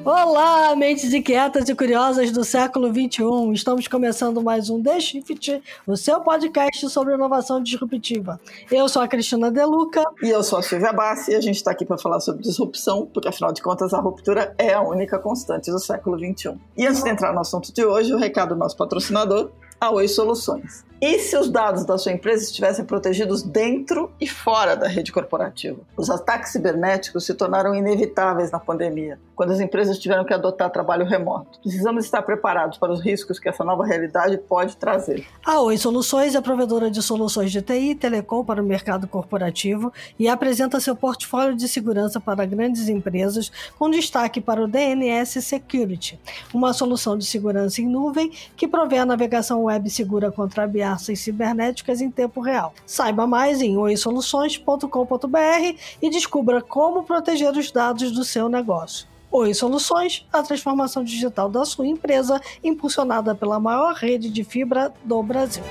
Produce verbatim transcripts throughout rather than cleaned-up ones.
Olá, mentes inquietas e curiosas do século vinte e um. Estamos começando mais um The Shift, o seu podcast sobre inovação disruptiva. Eu sou a Cristina De Luca. E eu sou a Silvia Bassi e a gente está aqui para falar sobre disrupção, porque afinal de contas a ruptura é a única constante do século vinte e um. E antes de entrar no assunto de hoje, o recado do nosso patrocinador, a Oi Soluções. E se os dados da sua empresa estivessem protegidos dentro e fora da rede corporativa? Os ataques cibernéticos se tornaram inevitáveis na pandemia, quando as empresas tiveram que adotar trabalho remoto. Precisamos estar preparados para os riscos que essa nova realidade pode trazer. A Oi Soluções é provedora de soluções de T I e telecom para o mercado corporativo e apresenta seu portfólio de segurança para grandes empresas, com destaque para o D N S Security, uma solução de segurança em nuvem que provê a navegação web segura contra ameaças cibernéticas em tempo real. Saiba mais em oi soluções ponto com ponto b r e descubra como proteger os dados do seu negócio. Oi Soluções, a transformação digital da sua empresa, impulsionada pela maior rede de fibra do Brasil.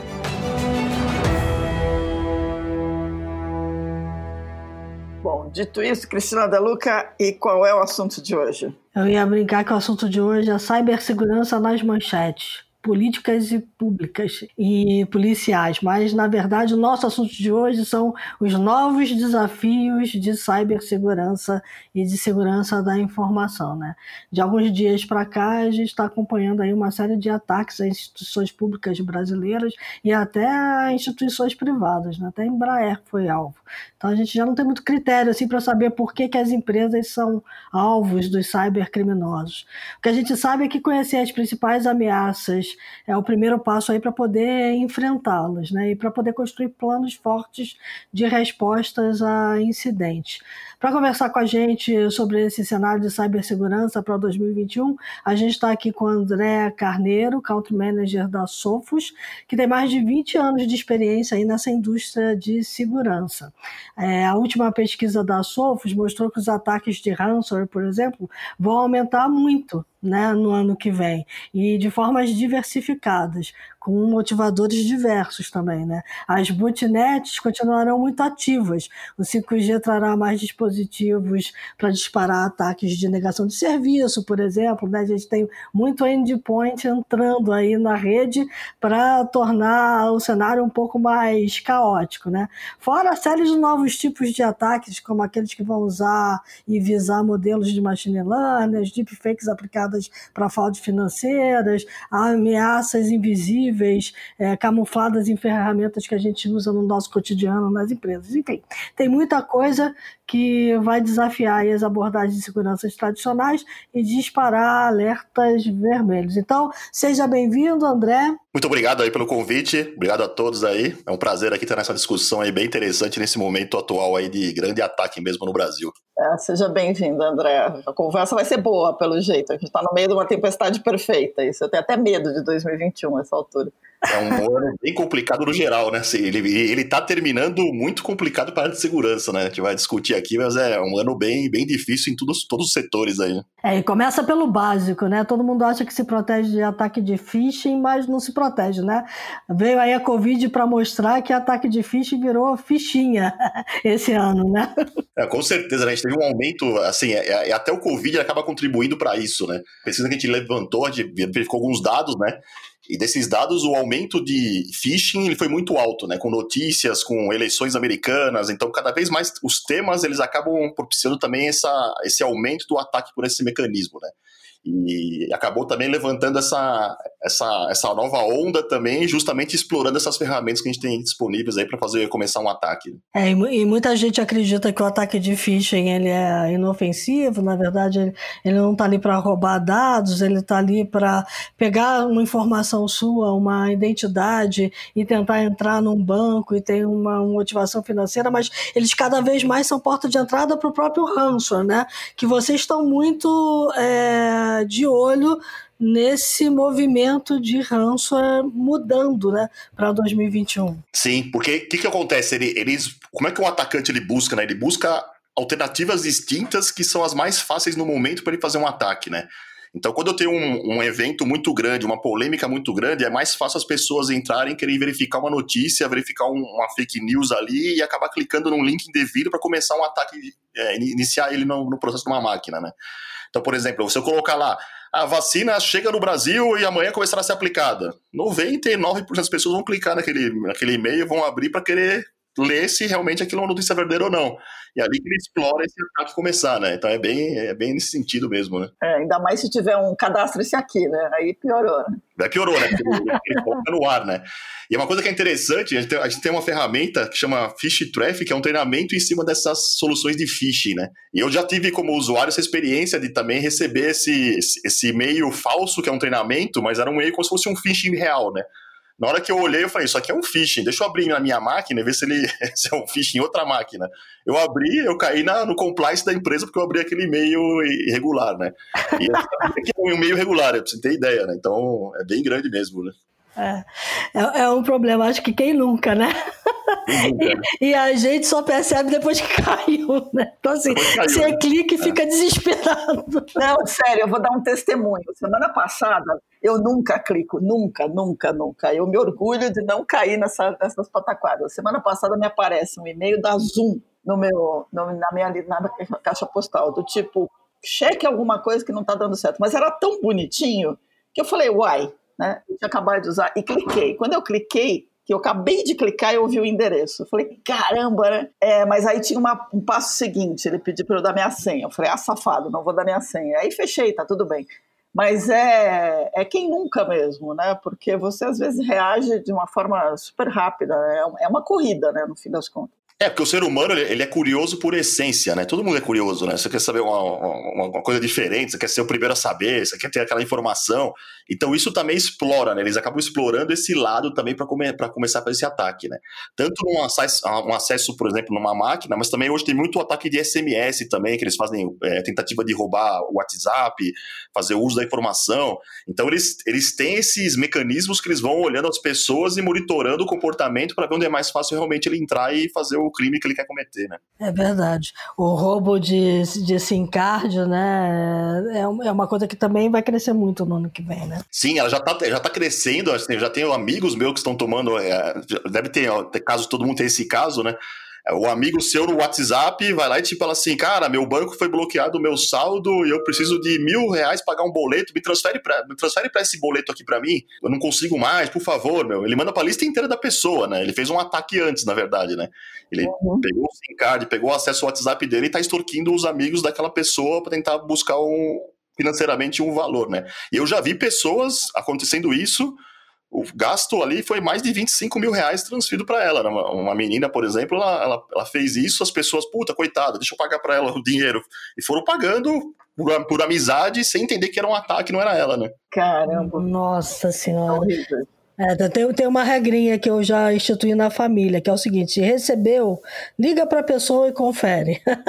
Bom, dito isso, Cristina De Luca, e qual é o assunto de hoje? Eu ia brincar que o assunto de hoje é cibersegurança nas manchetes. Políticas e públicas e policiais, mas na verdade o nosso assunto de hoje são os novos desafios de cibersegurança e de segurança da informação, né? De alguns dias para cá a gente está acompanhando aí uma série de ataques a instituições públicas brasileiras e até a instituições privadas, né? Até a Embraer foi alvo. Então a gente já não tem muito critério assim para saber por que, que as empresas são alvos dos cybercriminosos. O que a gente sabe é que conhecer as principais ameaças é o primeiro passo aí para poder enfrentá-las, né? E para poder construir planos fortes de respostas a incidentes. Para conversar com a gente sobre esse cenário de cibersegurança para dois mil e vinte e um, a gente está aqui com o André Carneiro, Country Manager da Sophos, que tem mais de vinte anos de experiência aí nessa indústria de segurança. É, a última pesquisa da Sophos mostrou que os ataques de ransomware, por exemplo, vão aumentar muito, né, no ano que vem, e de formas diversificadas, com motivadores diversos também, né? As botnets continuarão muito ativas. O cinco G trará mais dispositivos para disparar ataques de negação de serviço, por exemplo, né? A gente tem muito endpoint entrando aí na rede para tornar o cenário um pouco mais caótico, né? Fora a série de novos tipos de ataques, como aqueles que vão usar e visar modelos de machine learning, as deepfakes aplicadas para fraudes financeiras, ameaças invisíveis, É, camufladas em ferramentas que a gente usa no nosso cotidiano nas empresas. Enfim, tem muita coisa que vai desafiar as abordagens de segurança tradicionais e disparar alertas vermelhos. Então, seja bem-vindo, André. Muito obrigado aí pelo convite, obrigado a todos aí. É um prazer aqui estar nessa discussão aí bem interessante nesse momento atual aí de grande ataque mesmo no Brasil. É, seja bem-vindo, André. A conversa vai ser boa, pelo jeito. A gente está no meio de uma tempestade perfeita. Isso, eu tenho até medo de dois mil e vinte e um, essa altura. É um ano bem complicado no geral, né? Ele, ele tá terminando muito complicado para a área de segurança, né? A gente vai discutir aqui, mas é um ano bem, bem difícil em todos, todos os setores aí. É, e começa pelo básico, né? Todo mundo acha que se protege de ataque de phishing, mas não se protege, né? Veio aí a Covid para mostrar que ataque de phishing virou fichinha esse ano, né? É, com certeza, né? A gente teve um aumento, assim, é, é, até o Covid acaba contribuindo para isso, né? A pesquisa que a gente levantou, a gente verificou alguns dados, né? E desses dados, o aumento de phishing ele foi muito alto, né? Com notícias, com eleições americanas. Então, cada vez mais os temas eles acabam propiciando também essa, esse aumento do ataque por esse mecanismo, né? E acabou também levantando essa, essa, essa nova onda também, justamente explorando essas ferramentas que a gente tem disponíveis aí para fazer começar um ataque. É, e muita gente acredita que o ataque de phishing ele é inofensivo. Na verdade, ele, ele não está ali para roubar dados, ele está ali para pegar uma informação sua, uma identidade e tentar entrar num banco e ter uma motivação financeira, mas eles cada vez mais são porta de entrada para o próprio ransomware, né? Que vocês estão muito é, de olho nesse movimento de ransomware mudando, né, para dois mil e vinte e um. Sim, porque o que, que acontece? Ele, eles, como é que um atacante ele busca, né? Ele busca alternativas distintas que são as mais fáceis no momento para ele fazer um ataque, né? Então, quando eu tenho um, um evento muito grande, uma polêmica muito grande, é mais fácil as pessoas entrarem, querem verificar uma notícia, verificar um, uma fake news ali e acabar clicando num link indevido para começar um ataque, é, iniciar ele no, no processo de uma máquina, né? Então, por exemplo, se eu colocar lá, a vacina chega no Brasil e amanhã começará a ser aplicada, noventa e nove por cento das pessoas vão clicar naquele, naquele e-mail, vão abrir para querer ler se realmente aquilo é uma notícia verdadeira ou não. E ali que ele explora esse ataque começar, né? Então é bem, é bem nesse sentido mesmo, né? É, ainda mais se tiver um cadastro esse aqui, né? Aí piorou, né? Aí piorou, né? Porque ele coloca no ar, né? E uma coisa que é interessante, a gente, tem, a gente tem uma ferramenta que chama Phish Traffic, que é um treinamento em cima dessas soluções de phishing, né? E eu já tive como usuário essa experiência de também receber esse, esse e-mail falso, que é um treinamento, mas era um e-mail como se fosse um phishing real, né? Na hora que eu olhei, eu falei, isso aqui é um phishing, deixa eu abrir na minha máquina e ver se ele se é um phishing em outra máquina. Eu abri, eu caí na, no compliance da empresa porque eu abri aquele e-mail irregular, né? E aqui é um e-mail regular, pra você ter ideia, né? Então, é bem grande mesmo, né? É, é, é um problema, acho que quem nunca, né? E, e a gente só percebe depois que caiu, né? Então assim, caiu, você né? clica e fica é. desesperado. Não, sério, eu vou dar um testemunho. Semana passada, eu nunca clico, nunca, nunca, nunca. Eu me orgulho de não cair nessa, nessas pataquadas. Semana passada me aparece um e-mail da Zoom no meu, no, na minha na caixa postal, do tipo, cheque alguma coisa que não está dando certo. Mas era tão bonitinho que eu falei, uai, né? Eu tinha acabado de usar e cliquei. Quando eu cliquei, que eu acabei de clicar, eu vi o endereço. Eu falei, caramba, né? É, mas aí tinha uma, um passo seguinte, ele pediu para eu dar minha senha. Eu falei, ah, safado, não vou dar minha senha. Aí fechei, tá tudo bem. Mas é, é quem nunca mesmo, né? Porque você às vezes reage de uma forma super rápida. É, é uma corrida, né? No fim das contas. É, porque o ser humano, ele é curioso por essência, né? Todo mundo é curioso, né? Você quer saber uma, uma, uma coisa diferente, você quer ser o primeiro a saber, você quer ter aquela informação. Então, isso também explora, né? Eles acabam explorando esse lado também para come, começar a fazer esse ataque, né? Tanto num acesso, um acesso, por exemplo, numa máquina, mas também hoje tem muito ataque de S M S também, que eles fazem é, tentativa de roubar o WhatsApp, fazer uso da informação. Então, eles, eles têm esses mecanismos que eles vão olhando as pessoas e monitorando o comportamento para ver onde é mais fácil realmente ele entrar e fazer o crime que ele quer cometer, né? É verdade. O roubo de, de SIM card, né, é uma coisa que também vai crescer muito no ano que vem, né? Sim, ela já tá, já tá crescendo, assim, eu já tenho amigos meus que estão tomando, é, deve ter, ó, ter caso, todo mundo tem esse caso, né? O amigo seu no WhatsApp vai lá e tipo fala assim, cara, meu banco foi bloqueado, o meu saldo, e eu preciso de mil reais pagar um boleto, me transfere pra, me transfere pra esse boleto aqui pra mim, eu não consigo mais, por favor, meu. Ele manda pra lista inteira da pessoa, né? Ele fez um ataque antes, na verdade, né? Ele uhum. pegou o SIM card, pegou o acesso ao WhatsApp dele e tá extorquindo os amigos daquela pessoa pra tentar buscar um, financeiramente um valor, né? E eu já vi pessoas acontecendo isso. O gasto ali foi mais de vinte e cinco mil reais transferido para ela. Uma, uma menina, por exemplo, ela, ela, ela fez isso, as pessoas, puta, coitada, deixa eu pagar para ela o dinheiro. E foram pagando por, por amizade, sem entender que era um ataque, não era ela, né? Caramba. Nossa Senhora. É, tem, tem uma regrinha que eu já instituí na família, que é o seguinte, se recebeu, liga para a pessoa e confere. É.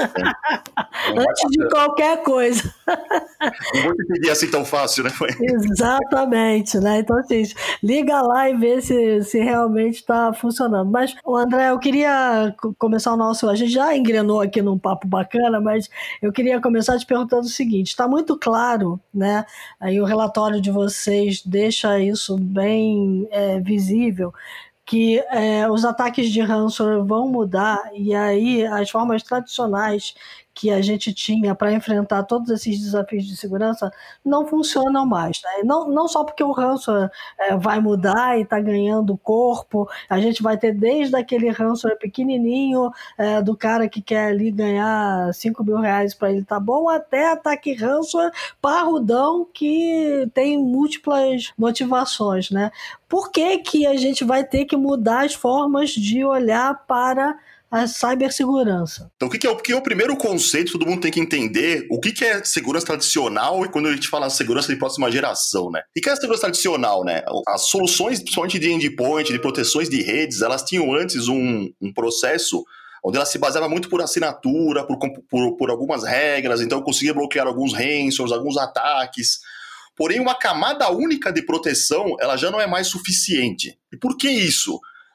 Antes de qualquer coisa. Não vou te pedir assim tão fácil, né? Exatamente, né? Então, assim, liga lá e vê se, se realmente está funcionando. Mas, André, eu queria começar o nosso... A gente já engrenou aqui num papo bacana, mas eu queria começar te perguntando o seguinte, está muito claro, né? Aí o relatório de vocês deixa isso bem... É, visível, que é, os ataques de ransomware vão mudar e aí as formas tradicionais que a gente tinha para enfrentar todos esses desafios de segurança não funcionam mais, né? Não, não só porque o ransomware é, vai mudar e está ganhando corpo, a gente vai ter desde aquele ransomware pequenininho é, do cara que quer ali ganhar cinco mil reais para ele tá bom, até ataque ransomware parrudão que tem múltiplas motivações, né? Por que que a gente vai ter que mudar as formas de olhar para a cibersegurança? Então, o que, que, é, o, que é o primeiro conceito que todo mundo tem que entender? O que, que é segurança tradicional e quando a gente fala segurança de próxima geração, né? O que é a segurança tradicional, né? As soluções, principalmente de endpoint, de proteções de redes, elas tinham antes um, um processo onde ela se baseava muito por assinatura, por, por, por algumas regras, então eu conseguia bloquear alguns ransomwares, alguns ataques. Porém, uma camada única de proteção, ela já não é mais suficiente. E por que isso?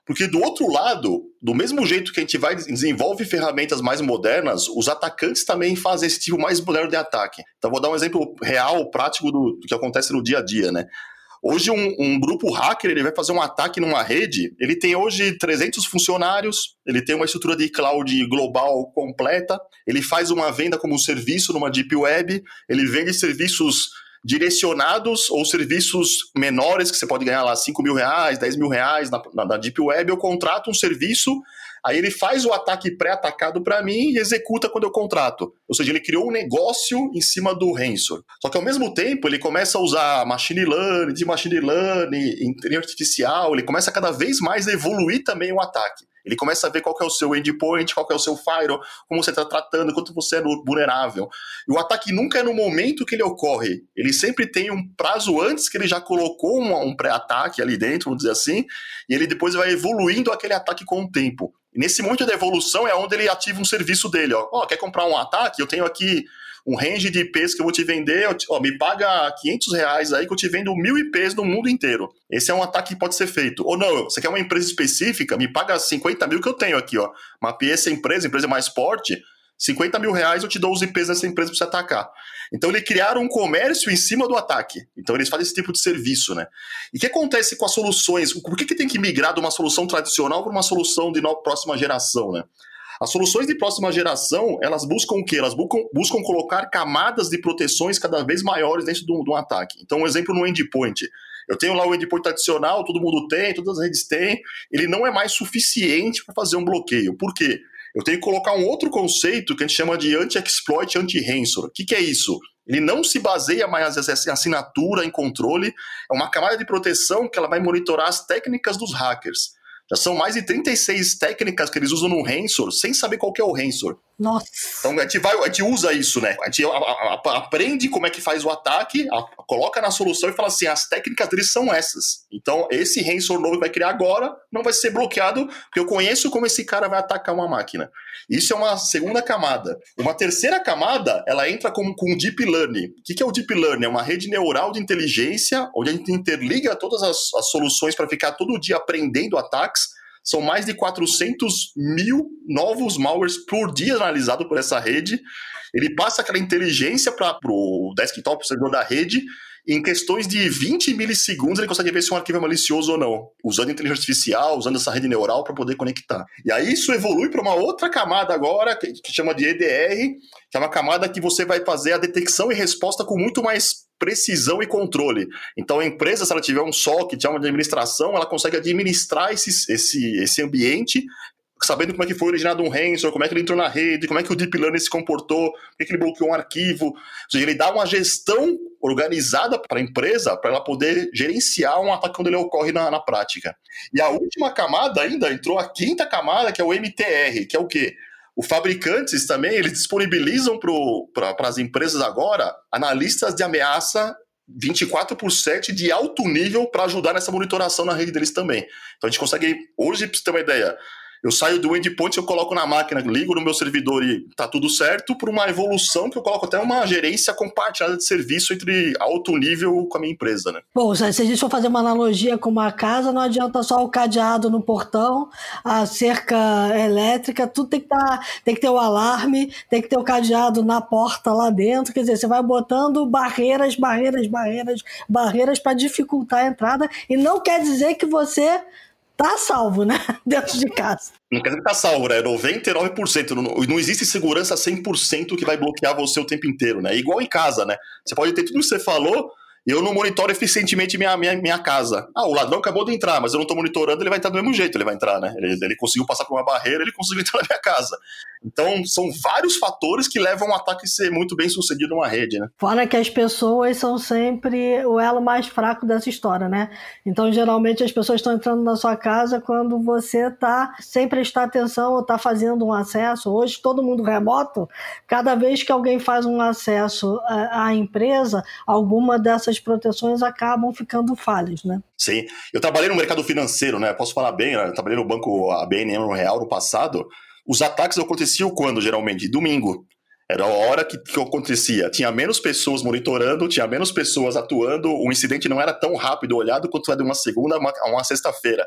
Porque do outro lado, do mesmo jeito que a gente vai desenvolve ferramentas mais modernas, os atacantes também fazem esse tipo mais moderno de ataque. Então vou dar um exemplo real, prático do, do que acontece no dia a dia, né? Hoje um, um grupo hacker, ele vai fazer um ataque numa rede, ele tem hoje trezentos funcionários, ele tem uma estrutura de cloud global completa, ele faz uma venda como um serviço numa deep web, ele vende serviços direcionados ou serviços menores que você pode ganhar lá cinco mil reais, dez mil reais na, na, na Deep Web, eu contrato um serviço, aí ele faz o ataque pré-atacado para mim e executa quando eu contrato. Ou seja, ele criou um negócio em cima do ransom. Só que ao mesmo tempo ele começa a usar machine learning, de machine learning, inteligência artificial, ele começa a cada vez mais a evoluir também o ataque. Ele começa a ver qual que é o seu endpoint, qual que é o seu firewall, como você está tratando, quanto você é vulnerável. E o ataque nunca é no momento que ele ocorre. Ele sempre tem um prazo antes que ele já colocou um, um pré-ataque ali dentro, vamos dizer assim, e ele depois vai evoluindo aquele ataque com o tempo. E nesse momento de evolução é onde ele ativa um serviço dele. Ó, oh, quer comprar um ataque? Eu tenho aqui um range de I Ps que eu vou te vender, ó, me paga quinhentos reais aí que eu te vendo mil I Ps no mundo inteiro. Esse é um ataque que pode ser feito. Ou não, você quer uma empresa específica, me paga cinquenta mil que eu tenho aqui, ó. Mapeei essa empresa, empresa mais forte, cinquenta mil reais eu te dou os I Ps dessa empresa para você atacar. Então eles criaram um comércio em cima do ataque. Então eles fazem esse tipo de serviço, né? E o que acontece com as soluções? Por que, que tem que migrar de uma solução tradicional para uma solução de nova, próxima geração, né? As soluções de próxima geração, elas buscam o quê? Elas buscam, buscam colocar camadas de proteções cada vez maiores dentro de um, de um ataque. Então, um exemplo no endpoint. Eu tenho lá o endpoint tradicional, todo mundo tem, todas as redes têm. Ele não é mais suficiente para fazer um bloqueio. Por quê? Eu tenho que colocar um outro conceito que a gente chama de anti-exploit, anti-ransom. O que, que é isso? Ele não se baseia mais em assinatura, em controle. É uma camada de proteção que ela vai monitorar as técnicas dos hackers. Já são mais de trinta e seis técnicas que eles usam no ransom, sem saber qual que é o ransom. Nossa! Então a gente, vai, a gente usa isso, né? A gente a, a, a, aprende como é que faz o ataque, a, coloca na solução e fala assim, as técnicas deles são essas. Então esse ransom novo que vai criar agora não vai ser bloqueado, porque eu conheço como esse cara vai atacar uma máquina. Isso é uma segunda camada. Uma terceira camada, ela entra com, com Deep Learning. O que, que é o Deep Learning? É uma rede neural de inteligência, onde a gente interliga todas as, as soluções para ficar todo dia aprendendo ataques. São mais de quatrocentos mil novos malwares por dia analisados por essa rede. Ele passa aquela inteligência para o desktop, o servidor da rede, e em questões de vinte milissegundos ele consegue ver se um arquivo é malicioso ou não, usando inteligência artificial, usando essa rede neural para poder conectar. E aí isso evolui para uma outra camada agora, que, que chama de E D R, que é uma camada que você vai fazer a detecção e resposta com muito mais precisão e controle. Então a empresa, se ela tiver um S O C, tiver uma administração, ela consegue administrar esse, esse, esse ambiente, sabendo como é que foi originado um ransom, como é que ele entrou na rede, como é que o Deep Learning se comportou, por que ele bloqueou um arquivo. Ou seja, ele dá uma gestão organizada para a empresa, para ela poder gerenciar um ataque quando ele ocorre na, na prática. E a última camada ainda, entrou a quinta camada, que é o M T R, que é o quê? Os fabricantes também, eles disponibilizam para as empresas agora analistas de ameaça vinte e quatro por sete de alto nível para ajudar nessa monitoração na rede deles também. Então a gente consegue, hoje, para você ter uma ideia, eu saio do endpoint, eu coloco na máquina, ligo no meu servidor e tá tudo certo, por uma evolução que eu coloco até uma gerência compartilhada de serviço entre alto nível com a minha empresa, né? Bom, se a gente for fazer uma analogia com uma casa, não adianta só o cadeado no portão, a cerca elétrica, tudo tem que, tá, tem que ter o alarme, tem que ter o cadeado na porta lá dentro, quer dizer, você vai botando barreiras, barreiras, barreiras, barreiras para dificultar a entrada, e não quer dizer que você tá salvo, né? Dentro de casa. Não quer dizer que tá salvo, né? noventa e nove por cento. Não, não existe segurança cem por cento que vai bloquear você o tempo inteiro, né? Igual em casa, né? Você pode ter tudo que você falou e eu não monitoro eficientemente minha, minha, minha casa. Ah, o ladrão acabou de entrar, mas eu não tô monitorando, ele vai entrar do mesmo jeito, ele vai entrar, né? Ele, ele conseguiu passar por uma barreira, ele conseguiu entrar na minha casa. Então, são vários fatores que levam um ataque a ser muito bem sucedido numa rede, né? Fora que as pessoas são sempre o elo mais fraco dessa história, né? Então, geralmente, as pessoas estão entrando na sua casa quando você está sem prestar atenção ou está fazendo um acesso. Hoje, todo mundo remoto, cada vez que alguém faz um acesso à empresa, alguma dessas proteções acabam ficando falhas, né? Sim. Eu trabalhei no mercado financeiro, né? Posso falar bem, né? Eu trabalhei no banco A B N M Real no passado. Os ataques aconteciam quando, geralmente? Domingo. Era a hora que, que acontecia. Tinha menos pessoas monitorando, tinha menos pessoas atuando, o incidente não era tão rápido olhado quanto é de uma segunda a uma, uma sexta-feira.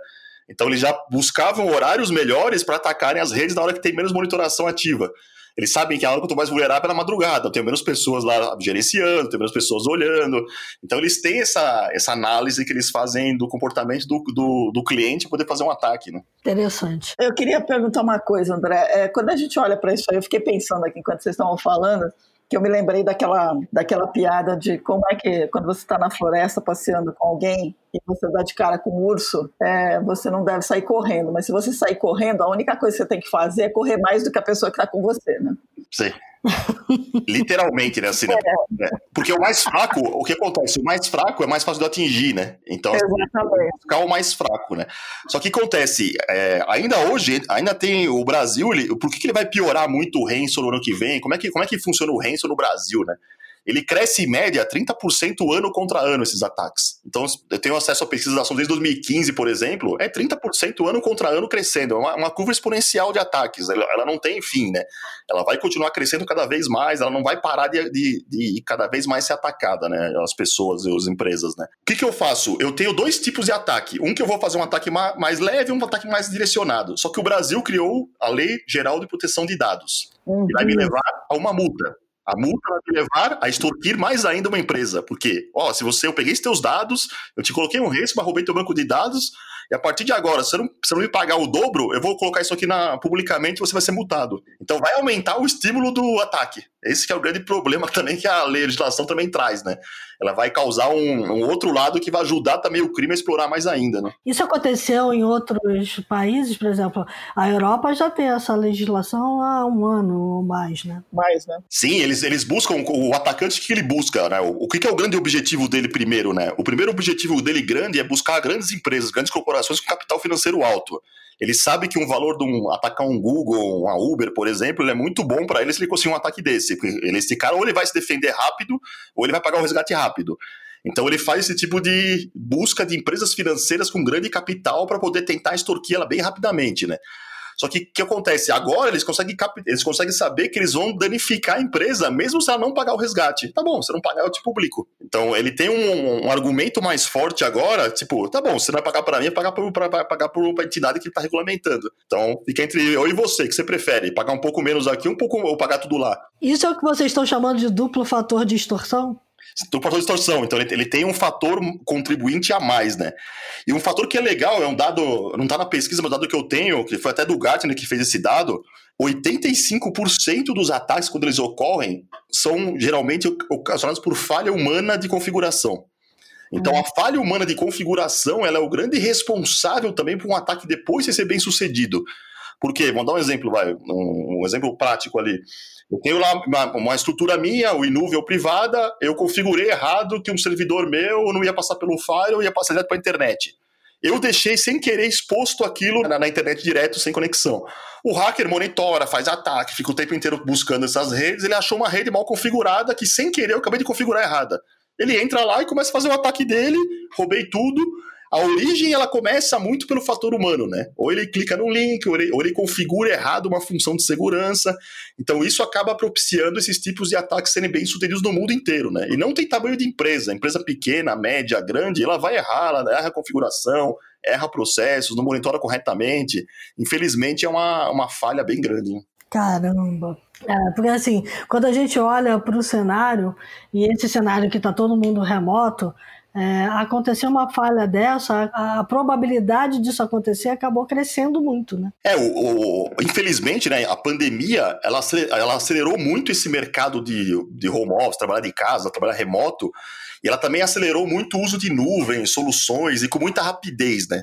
Então eles já buscavam horários melhores para atacarem as redes na hora que tem menos monitoração ativa. Eles sabem que a hora que eu estou mais vulnerável é na madrugada, eu tenho menos pessoas lá gerenciando, tenho menos pessoas olhando. Então eles têm essa, essa análise que eles fazem do comportamento do, do, do cliente para poder fazer um ataque, né? Interessante. Eu queria perguntar uma coisa, André. É, quando a gente olha para isso aí, eu fiquei pensando aqui enquanto vocês estavam falando, que eu me lembrei daquela, daquela piada de como é que quando você está na floresta passeando com alguém e você dá de cara com um urso, é, você não deve sair correndo, mas se você sair correndo, a única coisa que você tem que fazer é correr mais do que a pessoa que está com você, né? Sim. Literalmente, né? Assim, né? É. Porque o mais fraco, o que acontece? O mais fraco é mais fácil de atingir, né? Então, exatamente. Ficar o mais fraco, né? Só que acontece, é, ainda hoje, ainda tem o Brasil, ele, por que, que ele vai piorar muito o ransom no ano que vem? Como é que, como é que funciona o ransom no Brasil, né? Ele cresce em média trinta por cento ano contra ano, esses ataques. Então, eu tenho acesso a pesquisas da ação desde dois mil e quinze, por exemplo, é trinta por cento ano contra ano crescendo. É uma, uma curva exponencial de ataques. Ela, ela não tem fim, né? Ela vai continuar crescendo cada vez mais, ela não vai parar de, de, de cada vez mais ser atacada, né? As pessoas e as empresas, né? O que, que eu faço? Eu tenho dois tipos de ataque. Um que eu vou fazer um ataque ma- mais leve e um ataque mais direcionado. Só que o Brasil criou a Lei Geral de Proteção de Dados. Uhum. Que vai me levar a uma multa. A multa vai te levar a extorquir mais ainda uma empresa. Porque, ó, se você, eu peguei os teus dados, eu te coloquei um risco, roubei teu banco de dados, e a partir de agora, se você não, se não me pagar o dobro, eu vou colocar isso aqui na, publicamente e você vai ser multado. Então vai aumentar o estímulo do ataque. Esse que é o grande problema também que a legislação também traz, né? Ela vai causar um, um outro lado que vai ajudar também o crime a explorar mais ainda, né? Isso aconteceu em outros países, por exemplo, a Europa já tem essa legislação há um ano ou mais, né? Mais, né? Sim, eles, eles buscam, o atacante, o que ele busca, né? O, o que, que é o grande objetivo dele primeiro, né? O primeiro objetivo dele grande é buscar grandes empresas, grandes corporações com capital financeiro alto. Ele sabe que um valor de um, atacar um Google, uma Uber, por exemplo, ele é muito bom para ele se ele conseguir um ataque desse. Ele, esse cara ou ele vai se defender rápido, ou ele vai pagar um resgate rápido. Então ele faz esse tipo de busca de empresas financeiras com grande capital para poder tentar extorquir ela bem rapidamente, né? Só que o que acontece? Agora eles conseguem, cap... eles conseguem saber que eles vão danificar a empresa, mesmo se ela não pagar o resgate. Tá bom, se não pagar, eu te publico. Então ele tem um, um argumento mais forte agora, tipo, tá bom, você não vai pagar para mim, vai pagar para pagar por uma entidade que está regulamentando. Então fica entre eu e você, que você prefere, pagar um pouco menos aqui, um pouco, ou pagar tudo lá. Isso é o que vocês estão chamando de duplo fator de extorsão? Do fator de extorsão, então ele, ele tem um fator contribuinte a mais, né? E um fator que é legal, é um dado, não está na pesquisa, mas um dado que eu tenho, que foi até do Gartner que fez esse dado, oitenta e cinco por cento dos ataques, quando eles ocorrem, são geralmente ocasionados por falha humana de configuração. Então a falha humana de configuração, ela é o grande responsável também por um ataque depois de ser bem sucedido. Por quê? Vamos dar um exemplo, vai, um, um exemplo prático ali. Eu tenho lá uma, uma estrutura minha, o Inúvel privada, eu configurei errado que um servidor meu não ia passar pelo firewall, ia passar direto para a internet. Eu deixei sem querer exposto aquilo na, na internet direto, sem conexão. O hacker monitora, faz ataque, fica o tempo inteiro buscando essas redes, ele achou uma rede mal configurada que sem querer eu acabei de configurar errada. Ele entra lá e começa a fazer o ataque dele, roubei tudo. A origem, ela começa muito pelo fator humano, né? Ou ele clica no link, ou ele, ou ele configura errado uma função de segurança. Então, isso acaba propiciando esses tipos de ataques serem bem sucedidos no mundo inteiro, né? E não tem tamanho de empresa. Empresa pequena, média, grande, ela vai errar, ela erra a configuração, erra processos, não monitora corretamente. Infelizmente, é uma, uma falha bem grande, né? Caramba! É, porque assim, quando a gente olha para o cenário, e esse cenário que está todo mundo remoto, é, aconteceu uma falha dessa, a, a probabilidade disso acontecer acabou crescendo muito, né? É, o, o, infelizmente, né, a pandemia, ela, ela acelerou muito esse mercado de, de home office, trabalhar de casa, trabalhar remoto, e ela também acelerou muito o uso de nuvens, soluções, e com muita rapidez, né?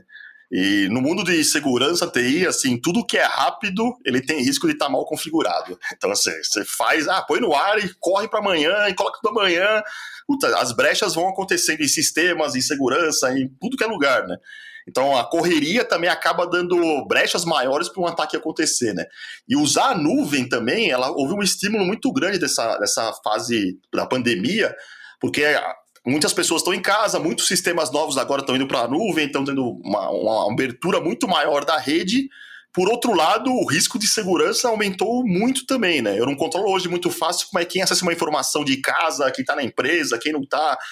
E no mundo de segurança T I, assim, tudo que é rápido, ele tem risco de estar mal configurado. Então, assim, você faz, ah, põe no ar e corre para amanhã, e coloca tudo amanhã. Puta, as brechas vão acontecendo em sistemas, em segurança, em tudo que é lugar, né? Então, a correria também acaba dando brechas maiores para um ataque acontecer, né? E usar a nuvem também, ela houve um estímulo muito grande dessa, dessa fase da pandemia, porque muitas pessoas estão em casa, muitos sistemas novos agora estão indo para a nuvem, estão tendo uma, uma abertura muito maior da rede. Por outro lado, o risco de segurança aumentou muito também, né? Eu não controlo hoje muito fácil como é quem acessa uma informação de casa, quem está na empresa, quem não está.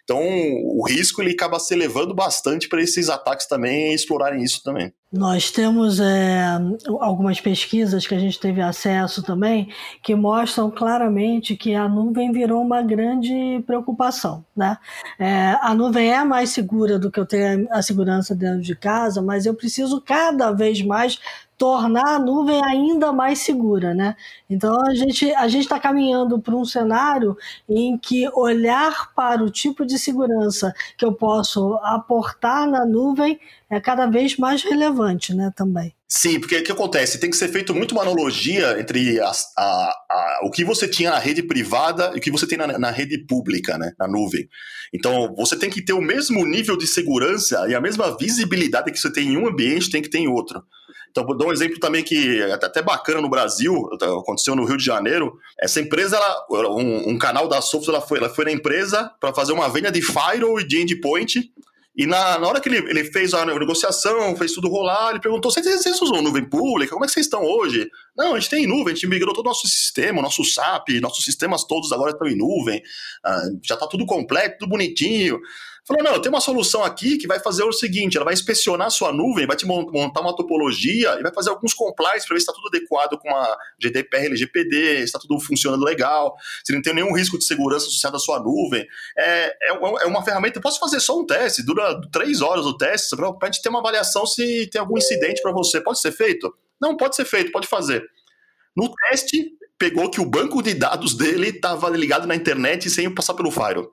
Então, o risco ele acaba se elevando bastante para esses ataques também explorarem isso também. Nós temos é, algumas pesquisas que a gente teve acesso também que mostram claramente que a nuvem virou uma grande preocupação, né? É, a nuvem é mais segura do que eu ter a segurança dentro de casa, mas eu preciso cada vez mais tornar a nuvem ainda mais segura, né? Então a gente a gente está caminhando para um cenário em que olhar para o tipo de segurança que eu posso aportar na nuvem é cada vez mais relevante, né, também. Sim, porque o que acontece? Tem que ser feito muito uma analogia entre a, a, a, o que você tinha na rede privada e o que você tem na, na rede pública, né, na nuvem. Então, você tem que ter o mesmo nível de segurança e a mesma visibilidade que você tem em um ambiente tem que ter em outro. Então, vou dar um exemplo também que é até bacana no Brasil, aconteceu no Rio de Janeiro. Essa empresa, ela, um, um canal da Sophos, ela foi, ela foi na empresa para fazer uma venda de firewall e de endpoint. E na, na hora que ele, ele fez a negociação, fez tudo rolar, ele perguntou, vocês, vocês usam nuvem pública? Como é que vocês estão hoje? Não, a gente tem nuvem, a gente migrou todo o nosso sistema, o nosso S A P, nossos sistemas todos agora estão em nuvem, ah, já está tudo completo, tudo bonitinho. Falou, não, eu tenho uma solução aqui que vai fazer o seguinte, ela vai inspecionar a sua nuvem, vai te montar uma topologia e vai fazer alguns compliance para ver se está tudo adequado com a G D P R, L G P D, se está tudo funcionando legal, se não tem nenhum risco de segurança associado à sua nuvem. É, é uma ferramenta, eu posso fazer só um teste, dura três horas o teste, para a gente ter uma avaliação se tem algum incidente para você. Pode ser feito? Não, pode ser feito, pode fazer. No teste, pegou que o banco de dados dele estava ligado na internet sem passar pelo firewall.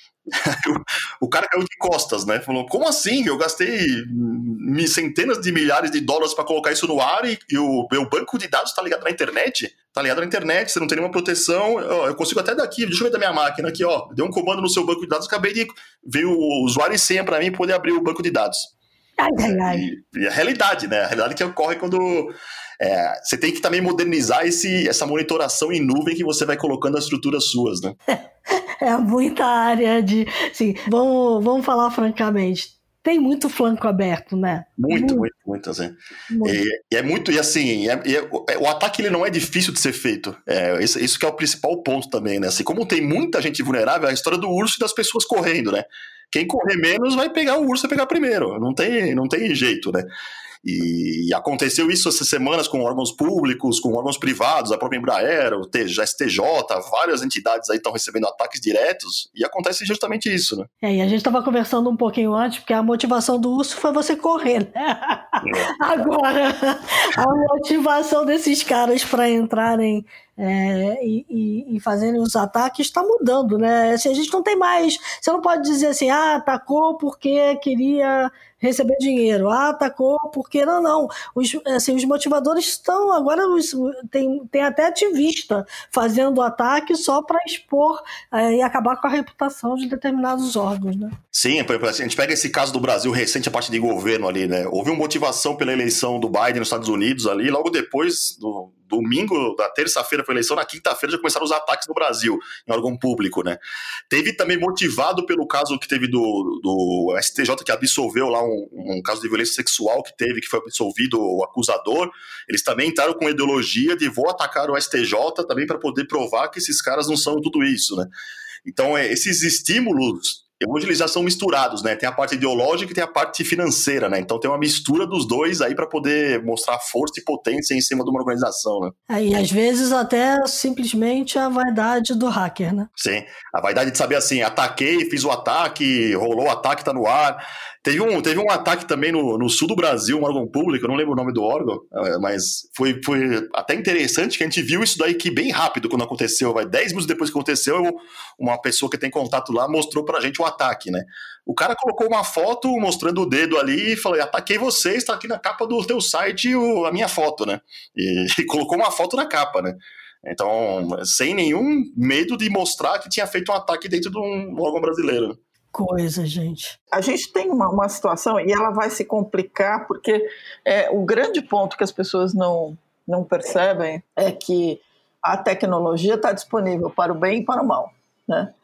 O cara caiu de costas, né? Falou, como assim? Eu gastei centenas de milhares de dólares para colocar isso no ar e, e o meu banco de dados está ligado na internet? Tá ligado na internet, você não tem nenhuma proteção. Eu consigo até daqui, deixa eu ver da minha máquina aqui, ó. Deu um comando no seu banco de dados, acabei de ver o usuário e senha para mim poder abrir o banco de dados. Ai, ai, ai. E, e a realidade, né? A realidade que ocorre quando é, você tem que também modernizar esse, essa monitoração em nuvem que você vai colocando as estruturas suas, né? É muita área de... Assim, vamos, vamos falar francamente, tem muito flanco aberto, né? Muito, muito, muito, muito assim. Muito. E, e é muito, e assim, é, é, o ataque ele não é difícil de ser feito. É, isso, isso que é o principal ponto também, né? Assim, como tem muita gente vulnerável, é a história do urso e das pessoas correndo, né? Quem correr menos vai pegar o urso, vai pegar primeiro. Não tem, não tem jeito, né? E aconteceu isso essas semanas com órgãos públicos, com órgãos privados, a própria Embraer, o S T J, várias entidades aí estão recebendo ataques diretos e acontece justamente isso, né? É, e a gente estava conversando um pouquinho antes, porque a motivação do urso foi você correr, né? É. Agora, a motivação desses caras para entrarem É, e, e, e fazendo os ataques está mudando, né? Assim, a gente não tem mais, você não pode dizer assim, ah, atacou porque queria receber dinheiro, ah, atacou porque, não, não, os, assim, os motivadores estão, agora os, tem, tem até ativista fazendo ataque só para expor é, e acabar com a reputação de determinados órgãos, né? Sim, a gente pega esse caso do Brasil recente, a parte de governo ali, né? Houve uma motivação pela eleição do Biden nos Estados Unidos ali, logo depois do domingo, da terça-feira foi a eleição, na quinta-feira já começaram os ataques no Brasil, em órgão público, né? Teve também motivado pelo caso que teve do, do S T J, que absolveu lá um, um caso de violência sexual que teve, que foi absolvido o acusador. Eles também entraram com ideologia de vou atacar o S T J também para poder provar que esses caras não são tudo isso, né? Então, esses estímulos, hoje eles já são misturados, né? Tem a parte ideológica e tem a parte financeira, né? Então tem uma mistura dos dois aí para poder mostrar força e potência em cima de uma organização, né? É, e às vezes até simplesmente a vaidade do hacker, né? Sim, a vaidade de saber assim, ataquei, fiz o ataque, rolou o ataque, tá no ar. Teve um, teve um ataque também no, no sul do Brasil, um órgão público, eu não lembro o nome do órgão, mas foi, foi até interessante que a gente viu isso daí que bem rápido quando aconteceu, vai, dez minutos depois que aconteceu, uma pessoa que tem contato lá mostrou pra gente o ataque, né? O cara colocou uma foto mostrando o dedo ali e falou, ataquei vocês, tá aqui na capa do teu site o, a minha foto, né? E, e colocou uma foto na capa, né? Então, sem nenhum medo de mostrar que tinha feito um ataque dentro de um órgão brasileiro. Coisa, gente. A gente tem uma, uma situação e ela vai se complicar porque é, o grande ponto que as pessoas não, não percebem é que a tecnologia está disponível para o bem e para o mal, né?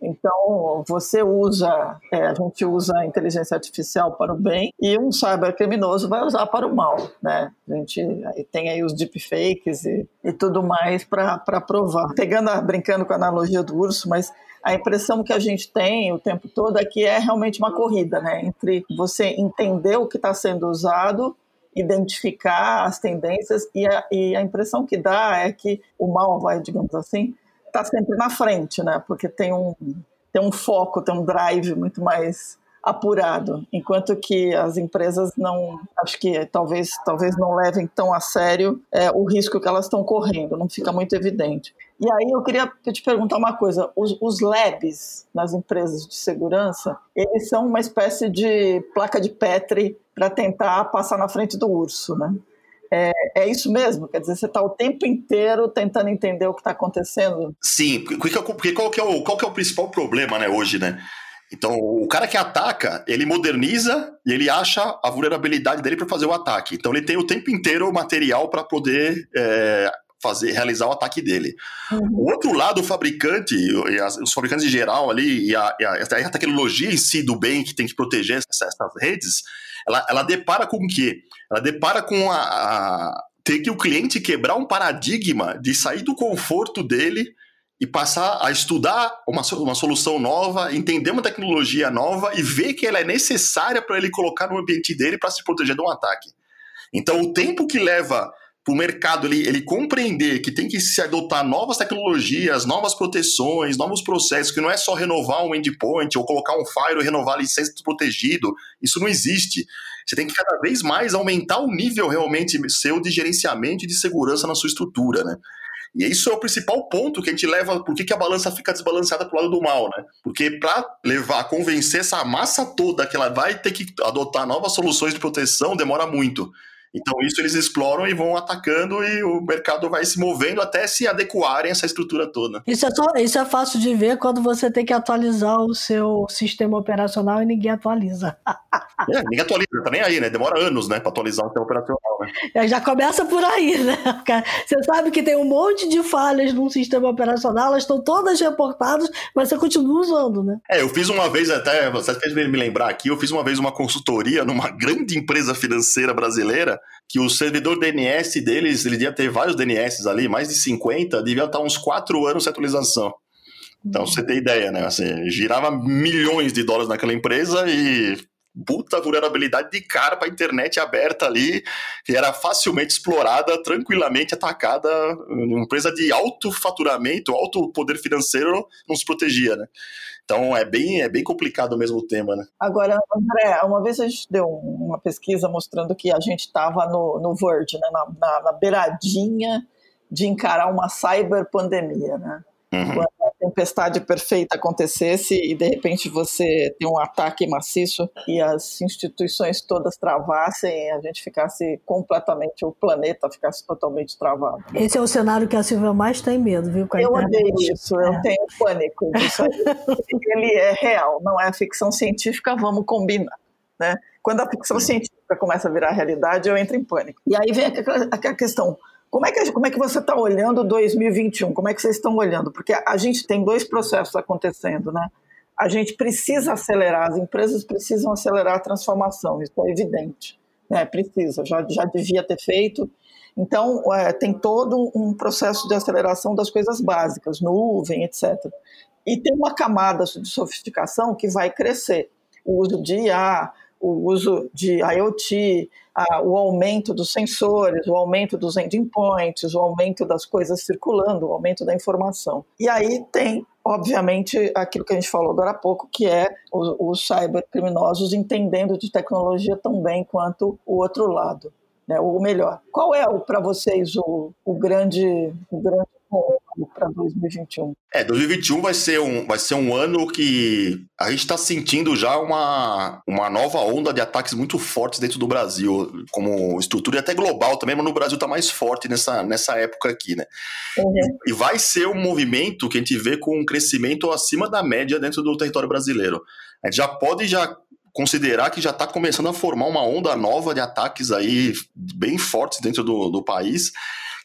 Então, você usa, é, a gente usa a inteligência artificial para o bem e um cybercriminoso vai usar para o mal, né? A gente aí tem aí os deepfakes e, e tudo mais para provar. Pegando, brincando com a analogia do urso, mas a impressão que a gente tem o tempo todo é que é realmente uma corrida, né? Entre você entender o que está sendo usado, identificar as tendências e a, e a impressão que dá é que o mal, vai, digamos assim, está sempre na frente, né? Porque tem um, tem um foco, tem um drive muito mais apurado, enquanto que as empresas não, acho que talvez, talvez não levem tão a sério é, o risco que elas estão correndo, não fica muito evidente. E aí eu queria te perguntar uma coisa, os, os labs nas empresas de segurança, eles são uma espécie de placa de Petri para tentar passar na frente do urso, né? É, é isso mesmo? Quer dizer, você está o tempo inteiro tentando entender o que está acontecendo? Sim, porque qual que é o, qual que é o principal problema, né, hoje, né? Então, o cara que ataca, ele moderniza e ele acha a vulnerabilidade dele para fazer o ataque. Então, ele tem o tempo inteiro o material para poder é, fazer, realizar o ataque dele. Uhum. O outro lado, o fabricante, e as, os fabricantes em geral ali, e a, e a, a tecnologia em si do bem que tem que proteger essas, essas redes, ela, ela depara com o quê? Ela depara com a, a ter que o cliente quebrar um paradigma de sair do conforto dele e passar a estudar uma, uma solução nova, entender uma tecnologia nova e ver que ela é necessária para ele colocar no ambiente dele para se proteger de um ataque. Então, o tempo que leva para o mercado ele, ele compreender que tem que se adotar novas tecnologias, novas proteções, novos processos, que não é só renovar um endpoint ou colocar um firewall e renovar a licença protegido, isso não existe. Você tem que cada vez mais aumentar o nível realmente seu de gerenciamento e de segurança na sua estrutura, né? E isso é o principal ponto que a gente leva, por que a balança fica desbalanceada pro lado do mal, né? Porque para levar, convencer essa massa toda que ela vai ter que adotar novas soluções de proteção, demora muito. Então isso eles exploram e vão atacando e o mercado vai se movendo até se adequarem a essa estrutura toda. Isso é, só, isso é fácil de ver quando você tem que atualizar o seu sistema operacional e ninguém atualiza. É, ninguém atualiza, tá nem aí, né? Demora anos, né, para atualizar o sistema operacional, né? É, já começa por aí, né? Você sabe que tem um monte de falhas num sistema operacional, elas estão todas reportadas, mas você continua usando, né? É, eu fiz uma vez, até, você fez me lembrar aqui, eu fiz uma vez uma consultoria numa grande empresa financeira brasileira, que o servidor D N S deles, ele devia ter vários D N S ali, mais de cinquenta, devia estar uns quatro anos de atualização. Então, uhum. Você tem ideia, né? Assim, girava milhões de dólares naquela empresa e puta vulnerabilidade de cara para a internet aberta ali, que era facilmente explorada, tranquilamente atacada, uma empresa de alto faturamento, alto poder financeiro não se protegia, né? Então é bem, é bem complicado mesmo o tema, né? Agora, André, uma vez a gente deu uma pesquisa mostrando que a gente estava no, no verge, né? na, na, na beiradinha de encarar uma cyberpandemia, né? Uhum. Quando a tempestade perfeita acontecesse e de repente você tem um ataque maciço e as instituições todas travassem e a gente ficasse completamente, o planeta ficasse totalmente travado. Esse é o cenário que a Silvia mais tem medo, viu? Com a eu internet. odeio isso, eu é. tenho pânico disso aí. Ele é real, não é ficção científica, vamos combinar, né? Quando a ficção científica começa a virar realidade, eu entro em pânico. E aí vem aquela questão, Como é, que, como é que você está olhando dois mil e vinte e um? Como é que vocês estão olhando? Porque a gente tem dois processos acontecendo, né? A gente precisa acelerar, as empresas precisam acelerar a transformação, isso é evidente, né? Precisa, já, já devia ter feito. Então, é, tem todo um processo de aceleração das coisas básicas, nuvem, etcétera. E tem uma camada de sofisticação que vai crescer. O uso de I A, o uso de IoT, a, o aumento dos sensores, o aumento dos endpoints, o aumento das coisas circulando, o aumento da informação. E aí tem, obviamente, aquilo que a gente falou agora há pouco, que é os, os cybercriminosos entendendo de tecnologia tão bem quanto o outro lado, né? Ou melhor, qual é, para vocês, o, o grande... O grande para dois mil e vinte e um? É, dois mil e vinte e um vai ser um, vai ser um ano que a gente está sentindo já uma, uma nova onda de ataques muito fortes dentro do Brasil, como estrutura e até global também, mas no Brasil está mais forte nessa, nessa época aqui, né? Uhum. E, e vai ser um movimento que a gente vê com um crescimento acima da média dentro do território brasileiro. A gente já pode já considerar que já está começando a formar uma onda nova de ataques aí bem fortes dentro do, do país,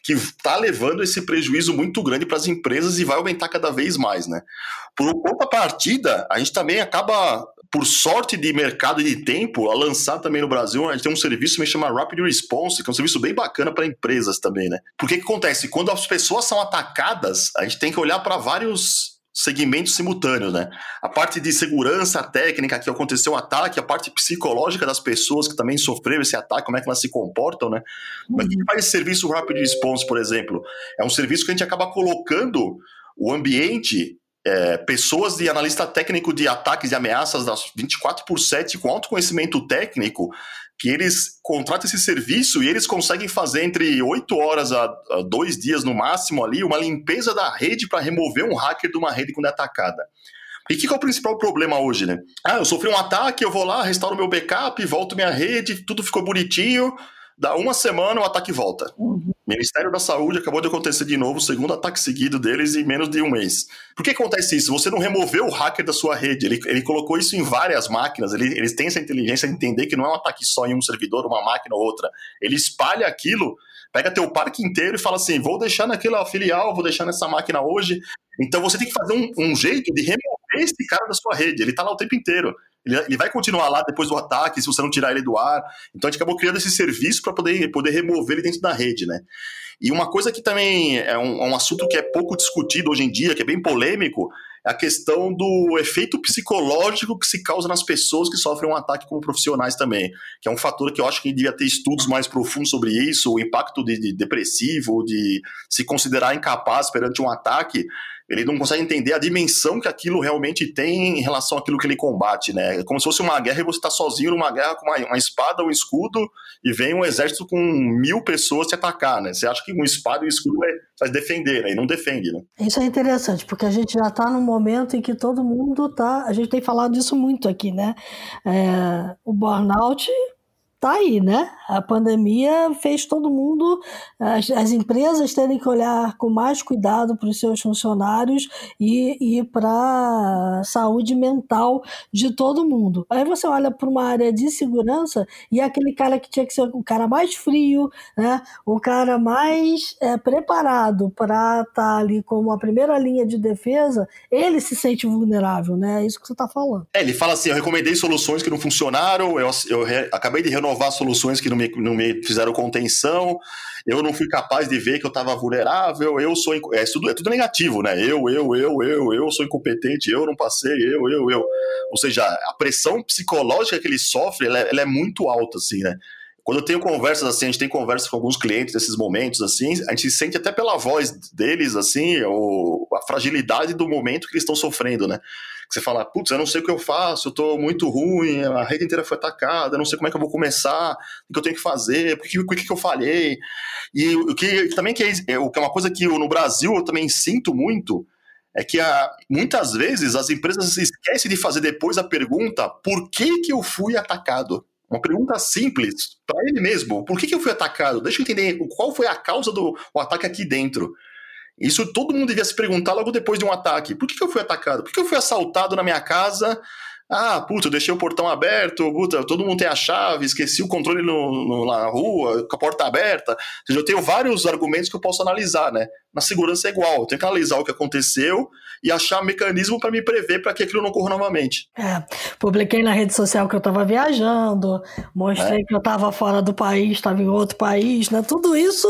que está levando esse prejuízo muito grande para as empresas e vai aumentar cada vez mais, né? Por contrapartida, a gente também acaba, por sorte de mercado e de tempo, a lançar também no Brasil, a gente tem um serviço que se chama Rapid Response, que é um serviço bem bacana para empresas também, né? Porque que acontece? Quando as pessoas são atacadas, a gente tem que olhar para vários segmentos simultâneos, né? A parte de segurança técnica, que aconteceu o ataque, a parte psicológica das pessoas que também sofreram esse ataque, como é que elas se comportam, né? Como é que faz esse serviço Rapid Response, por exemplo? É um serviço que a gente acaba colocando o ambiente, é, pessoas de analista técnico de ataques e ameaças das vinte e quatro por sete com alto conhecimento técnico, que eles contratam esse serviço e eles conseguem fazer entre oito horas a, a dois dias no máximo ali uma limpeza da rede para remover um hacker de uma rede quando é atacada. E o que, que é o principal problema hoje, né? Ah, eu sofri um ataque, eu vou lá, restauro meu backup, volto minha rede, tudo ficou bonitinho, dá uma semana o ataque volta. Uhum. Ministério da Saúde acabou de acontecer de novo o segundo ataque seguido deles em menos de um mês. Por que acontece isso? Você não removeu o hacker da sua rede, ele, ele colocou isso em várias máquinas, ele, eles têm essa inteligência de entender que não é um ataque só em um servidor, uma máquina ou outra. Ele espalha aquilo, pega teu parque inteiro e fala assim, vou deixar naquela filial, vou deixar nessa máquina hoje. Então você tem que fazer um, um jeito de remover esse cara da sua rede, ele está lá o tempo inteiro. Ele, ele vai continuar lá depois do ataque, se você não tirar ele do ar. Então a gente acabou criando esse serviço para poder, poder remover ele dentro da rede, né? E uma coisa que também é um, é um assunto que é pouco discutido hoje em dia, que é bem polêmico, é a questão do efeito psicológico que se causa nas pessoas que sofrem um ataque como profissionais também, que é um fator que eu acho que devia ter estudos mais profundos sobre isso, o impacto de, de depressivo, de se considerar incapaz perante um ataque. Ele não consegue entender a dimensão que aquilo realmente tem em relação àquilo que ele combate, né? É como se fosse uma guerra e você está sozinho numa guerra com uma, uma espada, um escudo, e vem um exército com mil pessoas te atacar, né? Você acha que uma espada e um escudo vai se defender, né? E não defende, né? Isso é interessante, porque a gente já está num momento em que todo mundo está... A gente tem falado disso muito aqui, né? É, o burnout... Tá aí, né? A pandemia fez todo mundo, as, as empresas terem que olhar com mais cuidado para os seus funcionários e, e para a saúde mental de todo mundo. Aí você olha para uma área de segurança e é aquele cara que tinha que ser o cara mais frio, né? O cara mais é, preparado para estar tá ali como a primeira linha de defesa, ele se sente vulnerável, né? É isso que você está falando. É, ele fala assim, eu recomendei soluções que não funcionaram, eu, eu re, acabei de renovar soluções que não me, não me fizeram contenção, eu não fui capaz de ver que eu estava vulnerável, eu sou... É tudo, é tudo negativo, né? Eu, eu, eu, eu, eu sou incompetente, eu não passei, eu, eu, eu. Ou seja, a pressão psicológica que ele sofre, ela é, ela é muito alta, assim, né? Quando eu tenho conversas assim, a gente tem conversas com alguns clientes nesses momentos, assim, a gente sente até pela voz deles, assim, o, a fragilidade do momento que eles estão sofrendo, né? Você fala, putz, eu não sei o que eu faço, eu tô muito ruim, a rede inteira foi atacada, eu não sei como é que eu vou começar, o que eu tenho que fazer, por que, por que, que eu falhei? E o que também que é, o que é uma coisa que eu, no Brasil eu também sinto muito, é que a, muitas vezes as empresas esquecem de fazer depois a pergunta, por que que eu fui atacado? Uma pergunta simples, para ele mesmo, por que que eu fui atacado? Deixa eu entender qual foi a causa do o ataque aqui dentro. Isso todo mundo devia se perguntar logo depois de um ataque. Por que que eu fui atacado? Por que eu fui assaltado na minha casa? Ah, puta, eu deixei o portão aberto, puta, todo mundo tem a chave, esqueci o controle no, no, na rua, com a porta aberta. Ou seja, eu tenho vários argumentos que eu posso analisar, né? Na segurança é igual, eu tenho que analisar o que aconteceu e achar um mecanismo para me prever para que aquilo não ocorra novamente. É, publiquei na rede social que eu estava viajando, mostrei é. que eu estava fora do país, estava em outro país, né? Tudo isso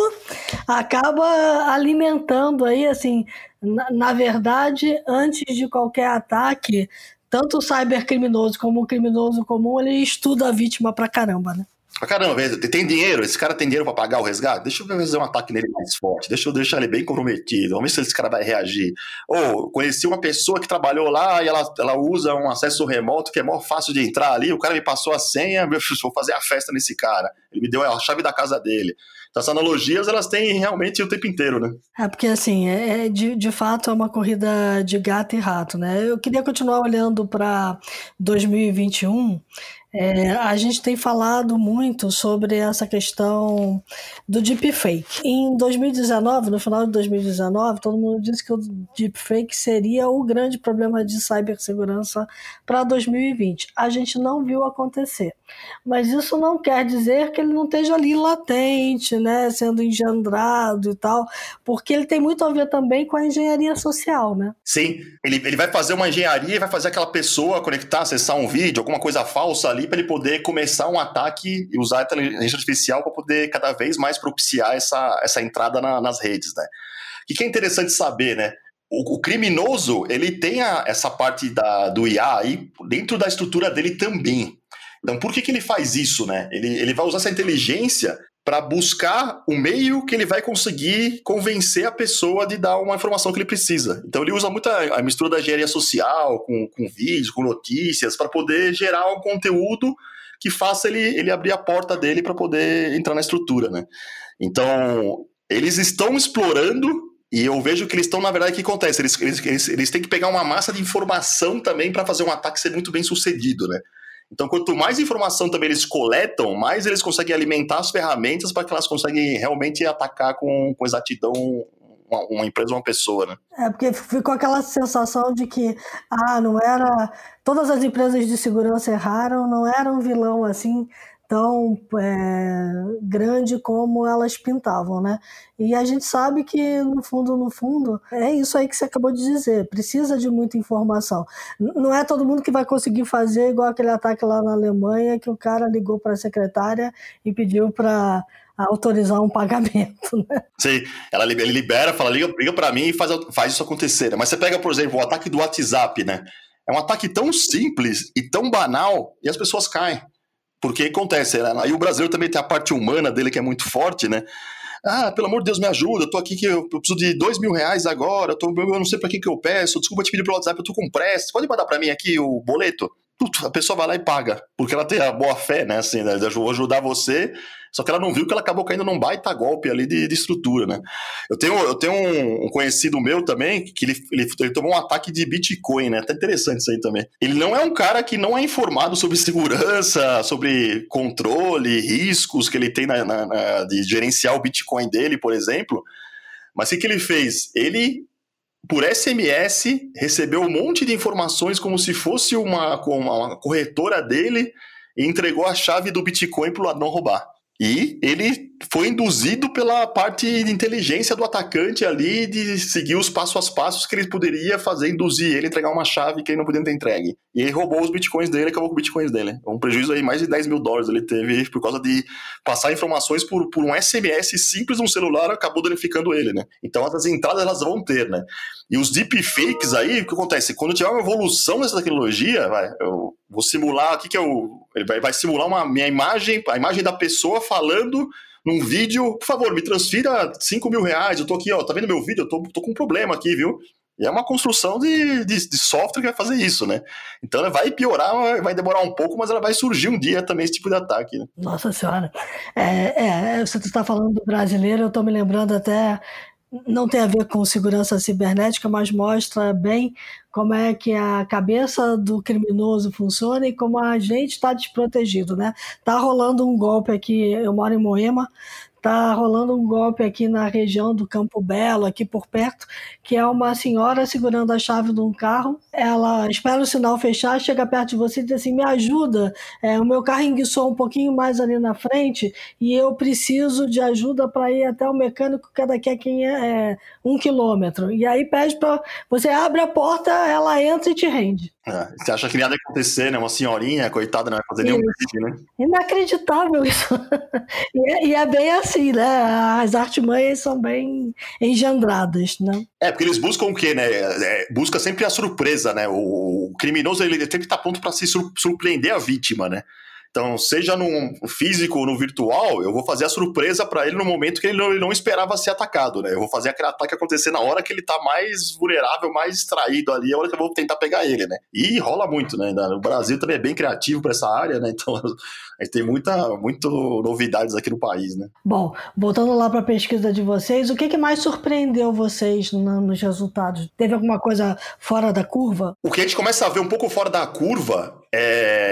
acaba alimentando aí, assim, na, na verdade, antes de qualquer ataque, tanto o cybercriminoso como o criminoso comum, ele estuda a vítima pra caramba, né? Pra caramba, tem dinheiro? Esse cara tem dinheiro pra pagar o resgate? Deixa eu fazer um ataque nele mais forte, deixa eu deixar ele bem comprometido, vamos ver se esse cara vai reagir. Ou, conheci uma pessoa que trabalhou lá e ela, ela usa um acesso remoto que é mó fácil de entrar ali, o cara me passou a senha, vou fazer a festa nesse cara, ele me deu a chave da casa dele. Então, essas analogias, elas têm realmente o tempo inteiro, né? É, porque, assim, é, de, de fato é uma corrida de gato e rato, né? Eu queria continuar olhando para dois mil e vinte e um, É, a gente tem falado muito sobre essa questão do deepfake. Em dois mil e dezenove, no final de dois mil e dezenove, todo mundo disse que o deepfake seria o grande problema de cibersegurança para dois mil e vinte. A gente não viu acontecer. Mas isso não quer dizer que ele não esteja ali latente, né, sendo engendrado e tal, porque ele tem muito a ver também com a engenharia social, né? Sim, ele, ele vai fazer uma engenharia e vai fazer aquela pessoa conectar, acessar um vídeo, alguma coisa falsa ali para ele poder começar um ataque e usar a inteligência artificial para poder cada vez mais propiciar essa, essa entrada na, nas redes, né? O que é interessante saber, né? O, o criminoso, ele tem a, essa parte da, do I A aí dentro da estrutura dele também. Então, por que que ele faz isso, né? Ele, ele vai usar essa inteligência para buscar o meio que ele vai conseguir convencer a pessoa de dar uma informação que ele precisa. Então, ele usa muito a, a mistura da engenharia social com, com vídeos, com notícias, para poder gerar um conteúdo que faça ele, ele abrir a porta dele para poder entrar na estrutura, né? Então, eles estão explorando, e eu vejo que eles estão, na verdade, o que acontece? Eles, eles, eles, eles têm que pegar uma massa de informação também para fazer um ataque ser muito bem sucedido, né? Então, quanto mais informação também eles coletam, mais eles conseguem alimentar as ferramentas para que elas conseguem realmente atacar com, com exatidão uma, uma empresa ou uma pessoa, né? É, porque ficou aquela sensação de que, ah, não era... Todas as empresas de segurança erraram, não era um vilão assim tão é, grande como elas pintavam, né? E a gente sabe que, no fundo, no fundo, é isso aí que você acabou de dizer, precisa de muita informação. Não é todo mundo que vai conseguir fazer igual aquele ataque lá na Alemanha, que o cara ligou para a secretária e pediu para autorizar um pagamento, né? Sim, ela, ele libera, fala, liga, liga para mim e faz, faz isso acontecer, né? Mas você pega, por exemplo, o ataque do WhatsApp, né? É um ataque tão simples e tão banal e as pessoas caem. Porque acontece, né? Aí o brasileiro também tem a parte humana dele que é muito forte, né? Ah, pelo amor de Deus, me ajuda, eu tô aqui que eu, eu preciso de dois mil reais agora, eu, tô, eu não sei pra que que eu peço, desculpa te pedir pelo WhatsApp, eu tô com pressa, pode mandar pra mim aqui o boleto? A pessoa vai lá e paga, porque ela tem a boa fé, né, assim, né, eu vou ajudar você, só que ela não viu que ela acabou caindo num baita golpe ali de, de estrutura, né. Eu tenho, eu tenho um, um conhecido meu também, que ele, ele, ele tomou um ataque de Bitcoin, né, até interessante isso aí também. Ele não é um cara que não é informado sobre segurança, sobre controle, riscos que ele tem na, na, na, de gerenciar o Bitcoin dele, por exemplo, mas o que, que ele fez? Ele... por S M S, recebeu um monte de informações como se fosse uma, uma corretora dele e entregou a chave do Bitcoin para o ladrão roubar. E ele foi induzido pela parte de inteligência do atacante ali de seguir os passos a passos que ele poderia fazer, induzir ele a entregar uma chave que ele não podia ter entregue. E ele roubou os bitcoins dele e acabou com os bitcoins dele. Um prejuízo aí, mais de dez mil dólares ele teve por causa de passar informações por, por um S M S simples no celular, acabou danificando ele, né? Então essas entradas elas vão ter, né? E os deepfakes aí, o que acontece? Quando tiver uma evolução dessa tecnologia, vai, eu vou simular, o que que é o... Ele vai, vai simular uma minha imagem, a imagem da pessoa falando num vídeo, por favor, me transfira cinco mil reais, eu tô aqui, ó, tá vendo meu vídeo? Eu tô, tô com um problema aqui, viu? E é uma construção de, de, de software que vai fazer isso, né? Então ela vai piorar, vai demorar um pouco, mas ela vai surgir um dia também esse tipo de ataque, né? Nossa Senhora. É, é, você está falando do brasileiro, eu estou me lembrando até... Não tem a ver com segurança cibernética, mas mostra bem como é que a cabeça do criminoso funciona e como a gente está desprotegido, né? Tá rolando um golpe aqui, eu moro em Moema, tá rolando um golpe aqui na região do Campo Belo, aqui por perto, que é uma senhora segurando a chave de um carro, ela espera o sinal fechar, chega perto de você e diz assim, me ajuda, é, o meu carro enguiçou um pouquinho mais ali na frente e eu preciso de ajuda para ir até o mecânico que é daqui a quem é, é um quilômetro. E aí pede para você abre a porta, ela entra e te rende. É, você acha que nada vai acontecer, né? Uma senhorinha, coitada, não vai fazer nenhum vídeo, né? Inacreditável isso. E é, e é bem assim, né? As artimanhas são bem engendradas, né? É, porque eles buscam o quê, né? É, busca sempre a surpresa, né? O, o criminoso, ele tem que estar pronto para se surpreender a vítima, né? Então, seja no físico ou no virtual, eu vou fazer a surpresa para ele no momento que ele não, ele não esperava ser atacado, né? Eu vou fazer aquele ataque acontecer na hora que ele tá mais vulnerável, mais distraído ali, é a hora que eu vou tentar pegar ele, né? E rola muito, né? O Brasil também é bem criativo para essa área, né? Então, a gente tem muita, muito novidades aqui no país, né? Bom, voltando lá para a pesquisa de vocês, o que, que mais surpreendeu vocês no, nos resultados? Teve alguma coisa fora da curva? O que a gente começa a ver um pouco fora da curva é...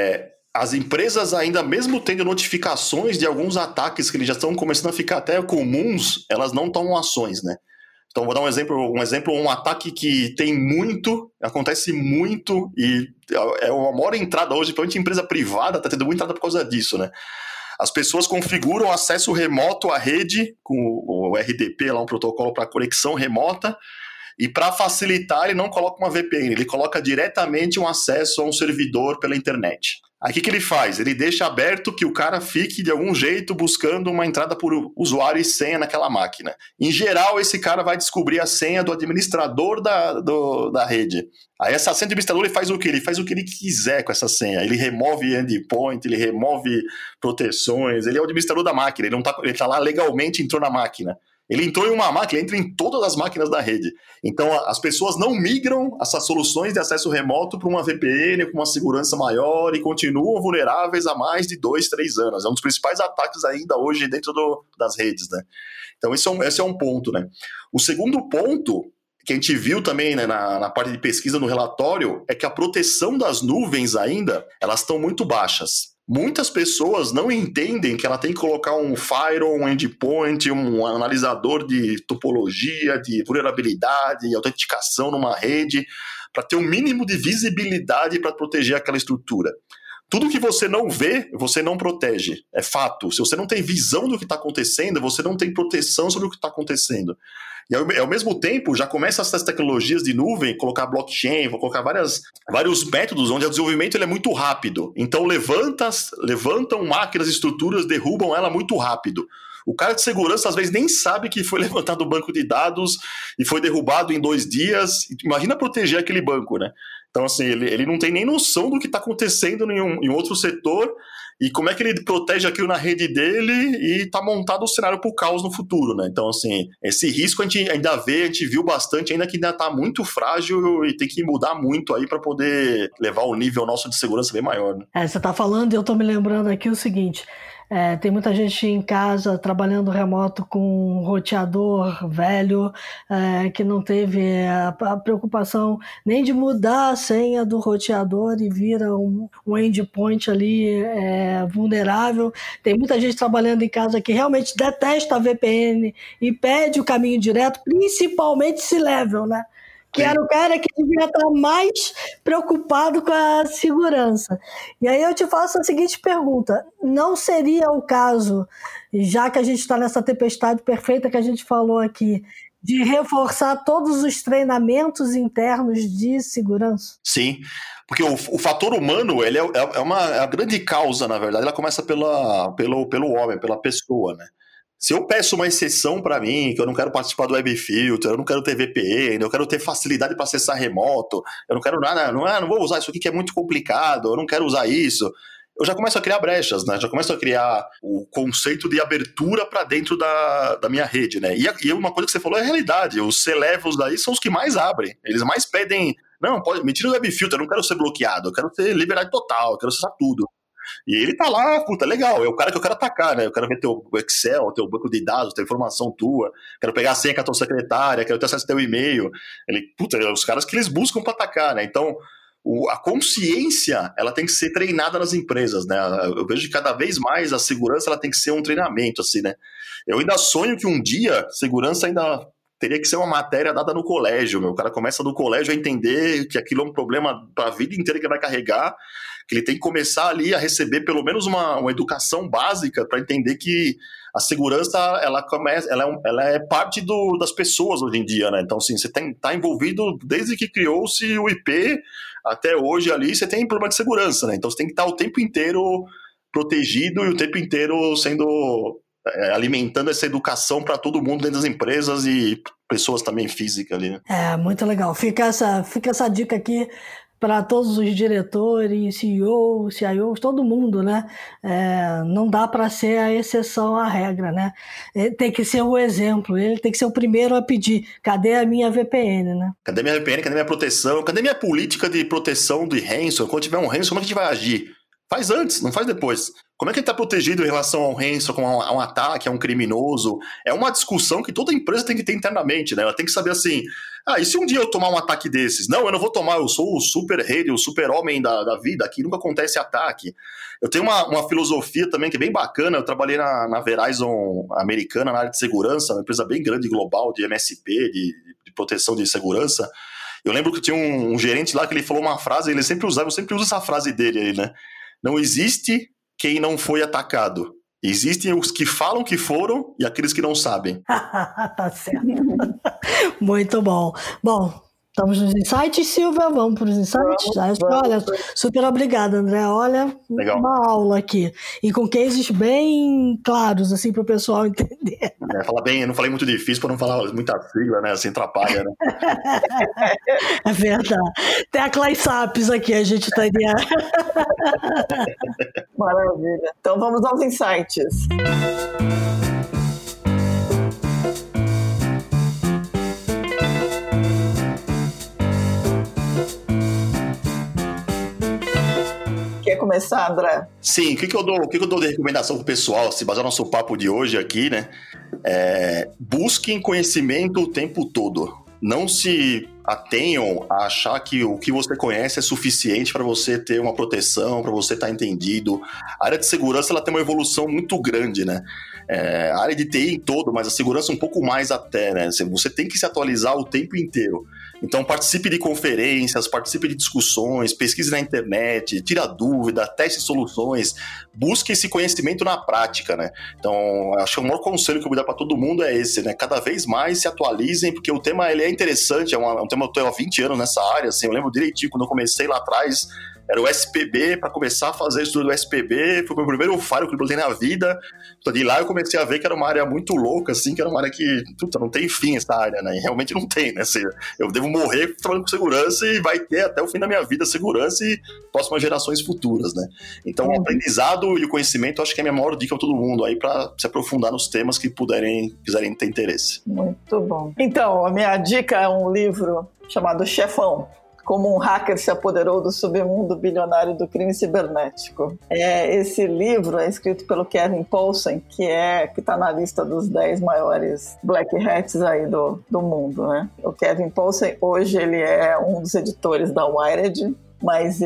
as empresas ainda, mesmo tendo notificações de alguns ataques que eles já estão começando a ficar até comuns, elas não tomam ações, né? Então, vou dar um exemplo, um exemplo, um ataque que tem muito, acontece muito, e é a maior entrada hoje, principalmente em empresa privada, está tendo muita entrada por causa disso, né? As pessoas configuram acesso remoto à rede, com o R D P, lá um protocolo para conexão remota, e para facilitar, ele não coloca uma V P N, ele coloca diretamente um acesso a um servidor pela internet. Aí o que, que ele faz? Ele deixa aberto que o cara fique de algum jeito buscando uma entrada por usuário e senha naquela máquina. Em geral, esse cara vai descobrir a senha do administrador da, do, da rede. Aí essa senha do administrador ele faz o quê? Ele faz o que ele quiser com essa senha. Ele remove endpoint, ele remove proteções, ele é o administrador da máquina, ele não tá, ele tá lá legalmente, entrou na máquina. Ele entrou em uma máquina, ele entra em todas as máquinas da rede. Então, as pessoas não migram essas soluções de acesso remoto para uma V P N com uma segurança maior e continuam vulneráveis há mais de dois, três anos. É um dos principais ataques ainda hoje dentro do, das redes, né? Então, esse é, um, esse é um ponto, né? O segundo ponto que a gente viu também, né, na, na parte de pesquisa no relatório é que a proteção das nuvens ainda, elas estão muito baixas. Muitas pessoas não entendem que ela tem que colocar um firewall, um endpoint, um analisador de topologia, de vulnerabilidade e autenticação numa rede para ter um mínimo de visibilidade para proteger aquela estrutura. Tudo que você não vê, você não protege. É fato. Se você não tem visão do que está acontecendo, você não tem proteção sobre o que está acontecendo. E ao mesmo tempo, já começam essas tecnologias de nuvem, colocar blockchain, vou colocar várias, vários métodos onde o desenvolvimento ele é muito rápido. Então levanta, levantam máquinas e estruturas, derrubam ela muito rápido. O cara de segurança às vezes nem sabe que foi levantado o banco de dados e foi derrubado em dois dias. Imagina proteger aquele banco, né? Então assim, ele, ele não tem nem noção do que está acontecendo em, um, em outro setor. E como é que ele protege aquilo na rede dele e está montado o cenário para o caos no futuro, né? Então, assim, esse risco a gente ainda vê, a gente viu bastante, ainda que ainda está muito frágil e tem que mudar muito aí para poder levar o nível nosso de segurança bem maior, né? É, você está falando e eu estou me lembrando aqui o seguinte... É, tem muita gente em casa trabalhando remoto com um roteador velho, é, que não teve a, a preocupação nem de mudar a senha do roteador e vira um, um endpoint ali é, vulnerável. Tem muita gente trabalhando em casa que realmente detesta a V P N e pede o caminho direto, principalmente C-Level, né? Que era o cara que devia estar mais preocupado com a segurança. E aí eu te faço a seguinte pergunta: não seria o caso, já que a gente está nessa tempestade perfeita que a gente falou aqui, de reforçar todos os treinamentos internos de segurança? Sim, porque o, o fator humano ele é, é, uma, é a grande causa, na verdade. Ela começa pela, pelo, pelo homem, pela pessoa, né? Se eu peço uma exceção para mim, que eu não quero participar do web filter, eu não quero ter V P N, eu quero ter facilidade para acessar remoto, eu não quero nada, não, não vou usar isso aqui que é muito complicado, eu não quero usar isso, eu já começo a criar brechas, né? Já começo a criar o conceito de abertura para dentro da, da minha rede, né? E, e uma coisa que você falou é a realidade, os C-Levels daí são os que mais abrem, eles mais pedem, não, pode, me tira do web filter, eu não quero ser bloqueado, eu quero ter liberdade total, eu quero acessar tudo. E ele tá lá, puta, legal, é o cara que eu quero atacar, né? Eu quero ver teu Excel, teu banco de dados, teu informação tua, quero pegar a senha com a tua secretária, quero ter acesso ao teu e-mail. Ele, puta, é os caras que eles buscam pra atacar, né? Então, o, a consciência, ela tem que ser treinada nas empresas, né? Eu vejo que cada vez mais a segurança, ela tem que ser um treinamento, assim, né? Eu ainda sonho que um dia, segurança ainda teria que ser uma matéria dada no colégio, meu. O cara começa no colégio a entender que aquilo é um problema pra vida inteira que vai carregar, que ele tem que começar ali a receber pelo menos uma, uma educação básica para entender que a segurança ela, começa, ela, é, um, ela é parte do, das pessoas hoje em dia, né? Então, assim, você está envolvido desde que criou-se o I P até hoje ali, você tem problema de segurança, né? Então, você tem que estar o tempo inteiro protegido e o tempo inteiro sendo... É, alimentando essa educação para todo mundo dentro das empresas e pessoas também físicas ali, né? É, muito legal. Fica essa, fica essa dica aqui para todos os diretores, C E Os, C I Os, todo mundo, né? É, não dá para ser a exceção à regra, né? Ele tem que ser o exemplo, ele tem que ser o primeiro a pedir, cadê a minha V P N, né? Cadê minha V P N, cadê minha proteção, cadê minha política de proteção de ransom? Quando tiver um ransom, como é que a gente vai agir? Faz antes, não faz depois. Como é que ele está protegido em relação ao ransom, a um, a um ataque, a um criminoso? É uma discussão que toda empresa tem que ter internamente, né? Ela tem que saber assim, ah, e se um dia eu tomar um ataque desses? Não, eu não vou tomar, eu sou o super rei, o super homem da, da vida, aqui nunca acontece ataque. Eu tenho uma, uma filosofia também que é bem bacana, eu trabalhei na, na Verizon americana, na área de segurança, uma empresa bem grande, global, de M S P, de, de proteção de segurança. Eu lembro que tinha um, um gerente lá que ele falou uma frase, ele sempre usava, eu sempre uso essa frase dele aí, né? Não existe quem não foi atacado. Existem os que falam que foram e aqueles que não sabem. Tá certo. Muito bom. Bom, estamos nos insights, Silvia? Vamos para os insights? Vamos, vamos. Olha, super obrigada, André. Olha, Legal. Uma aula aqui. E com cases bem claros, assim, para o pessoal entender. É, fala bem, eu não falei muito difícil para não falar muita sigla, né? Assim, atrapalha, né? É verdade. Teclas S A Ps aqui, a gente tá ideando. Maravilha. Então vamos aos insights. Quer começar, André? Sim, o que, que, eu, dou, o que, que eu dou de recomendação pro pessoal, se basear no nosso papo de hoje aqui, né? É, busquem conhecimento o tempo todo. Não se atenham a achar que o que você conhece é suficiente para você ter uma proteção, para você estar entendido. A área de segurança ela tem uma evolução muito grande, né? É, a área de T I em todo, mas a segurança um pouco mais até, né? Você tem que se atualizar o tempo inteiro. Então participe de conferências, participe de discussões, pesquise na internet, tira dúvida, teste soluções, busque esse conhecimento na prática, né? Então, acho que o maior conselho que eu vou dar para todo mundo é esse, né? Cada vez mais se atualizem, porque o tema ele é interessante, é, uma, é um tema que eu estou há vinte anos nessa área, assim, eu lembro direitinho quando eu comecei lá atrás, era o S P B, para começar a fazer estudo do S P B, foi o meu primeiro firewall que eu botei na vida. Então, de lá eu comecei a ver que era uma área muito louca, assim, que era uma área que, puta, não tem fim essa área, né? E realmente não tem, né? Assim, eu devo morrer trabalhando com segurança e vai ter até o fim da minha vida segurança e próximas gerações futuras, né? Então, uhum. O aprendizado e o conhecimento, acho que é a minha maior dica a todo mundo aí para se aprofundar nos temas que puderem, quiserem ter interesse. Muito bom. Então, a minha dica é um livro chamado Chefão. Como um hacker se apoderou do submundo bilionário do crime cibernético. É, esse livro é escrito pelo Kevin Poulsen, que é, que está na lista dos dez maiores black hats aí do, do mundo, né? O Kevin Poulsen, hoje, ele é um dos editores da Wired, mas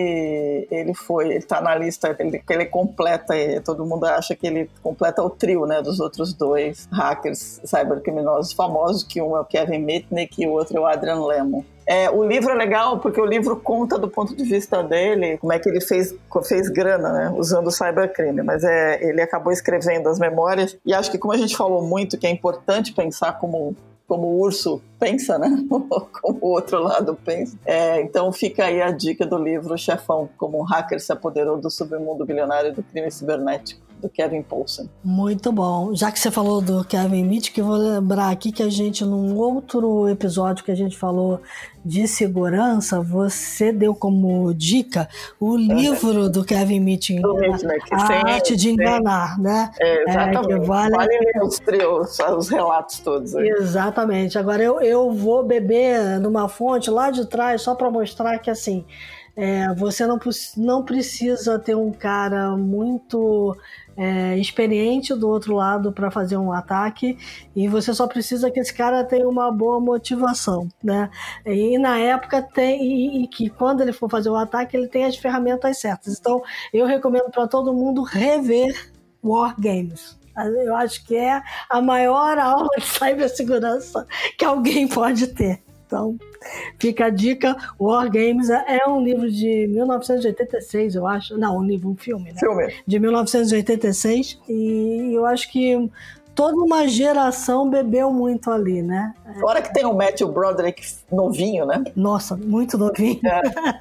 ele, ele foi, ele tá na lista, ele, ele completa, todo mundo acha que ele completa o trio, né, dos outros dois hackers cybercriminosos famosos, que um é o Kevin Mitnick e o outro é o Adrian Lemon. É, o livro é legal porque o livro conta do ponto de vista dele como é que ele fez, fez grana, né, usando o cybercrime, mas é, ele acabou escrevendo as memórias e acho que, como a gente falou muito, que é importante pensar como como o urso pensa, né? Como o outro lado pensa. É, então fica aí a dica do livro Chefão, como um hacker se apoderou do submundo bilionário do crime cibernético, do Kevin Poulsen. Muito bom. Já que você falou do Kevin Mitnick, eu vou lembrar aqui que a gente, num outro episódio que a gente falou de segurança, você deu como dica o livro uhum. do Kevin Mitnick, né? A sim, Arte de Enganar, sim. né? É, exatamente. É, que vale... vale ler os, trios, os relatos todos. Aí. Exatamente. Agora eu, eu vou beber numa fonte lá de trás só para mostrar que, assim, é, você não, não precisa ter um cara muito... É, experiente do outro lado para fazer um ataque, e você só precisa que esse cara tenha uma boa motivação, né? E na época tem, e, e que quando ele for fazer o ataque ele tem as ferramentas certas. Então eu recomendo para todo mundo rever War Games. Eu acho que é a maior aula de cibersegurança que alguém pode ter. Então, fica a dica. War Games é um livro de mil novecentos e oitenta e seis, eu acho. Não, um livro, um filme, né? Filme. De mil novecentos e oitenta e seis. E eu acho que toda uma geração bebeu muito ali, né? Fora que tem o Matthew Broderick novinho, né? Nossa, muito novinho. É.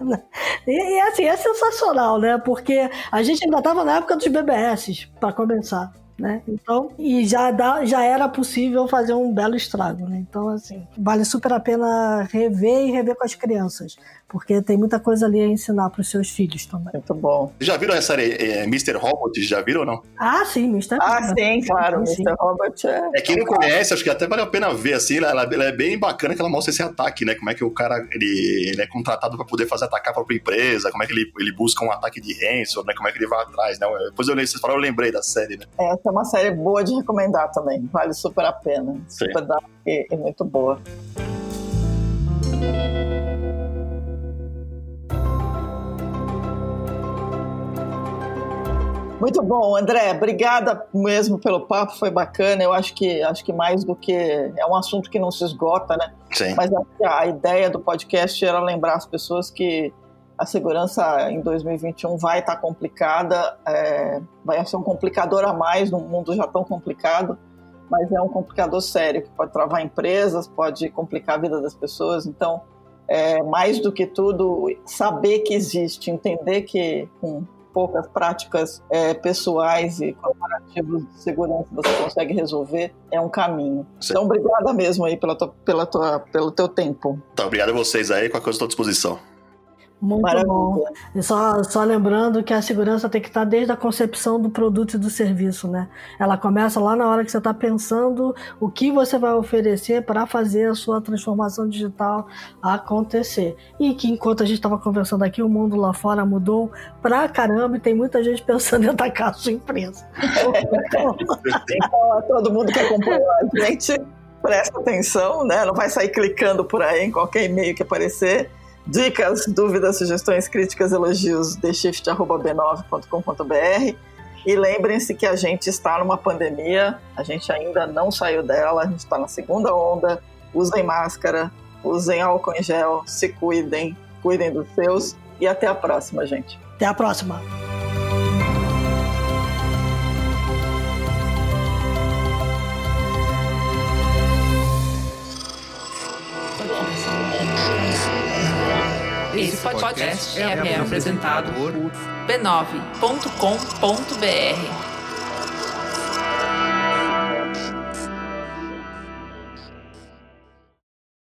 e, e assim, é sensacional, né? Porque a gente ainda estava na época dos B B S, para começar. né? Então, e já, dá, já era possível fazer um belo estrago, né? Então, assim, vale super a pena rever e rever com as crianças, porque tem muita coisa ali a ensinar para os seus filhos também. Muito bom. Já viram essa série é, mister Robot? Já viram ou não? Ah, sim, mister Ah, sim, claro, sim, mister Robot é... É, quem não conhece, acho que até vale a pena ver, assim, ela, ela é bem bacana que ela mostra esse ataque, né? Como é que o cara, ele, ele é contratado para poder fazer atacar a própria empresa, como é que ele, ele busca um ataque de ransom, né? Como é que ele vai atrás, né? Depois eu, vocês falaram, eu lembrei da série, né? Essa é uma série boa de recomendar também, vale super a pena. Sim. Super dark e, e muito boa. Muito bom, André, obrigada mesmo pelo papo, foi bacana. Eu acho que, acho que mais do que... É um assunto que não se esgota, né? Sim. Mas a, a ideia do podcast era lembrar as pessoas que a segurança em dois mil e vinte e um vai estar complicada, é, vai ser um complicador a mais num mundo já tão complicado, mas é um complicador sério, que pode travar empresas, pode complicar a vida das pessoas. Então, é, mais do que tudo, saber que existe, entender que com poucas práticas é, pessoais e corporativas de segurança você consegue resolver, é um caminho. Sim. Então, obrigada mesmo aí pela tua, pela tua, pelo teu tempo. Tá, obrigado a vocês aí, qualquer coisa estou à disposição. Muito Maravilha. Bom. E só, só lembrando que a segurança tem que estar desde a concepção do produto e do serviço, né? Ela começa lá na hora que você está pensando o que você vai oferecer para fazer a sua transformação digital acontecer. E que enquanto a gente estava conversando aqui, o mundo lá fora mudou pra caramba e tem muita gente pensando em atacar a sua empresa. Então, a todo mundo que acompanhou a gente, presta atenção, né? Não vai sair clicando por aí em qualquer e-mail que aparecer. Dicas, dúvidas, sugestões, críticas, elogios, the shift arroba b nove ponto com ponto b r. E lembrem-se que a gente está numa pandemia, a gente ainda não saiu dela, a gente está na segunda onda. Usem máscara, usem álcool em gel, se cuidem, cuidem dos seus e até a próxima, gente. Até a próxima. Esse podcast é apresentado por b nove ponto com ponto b r.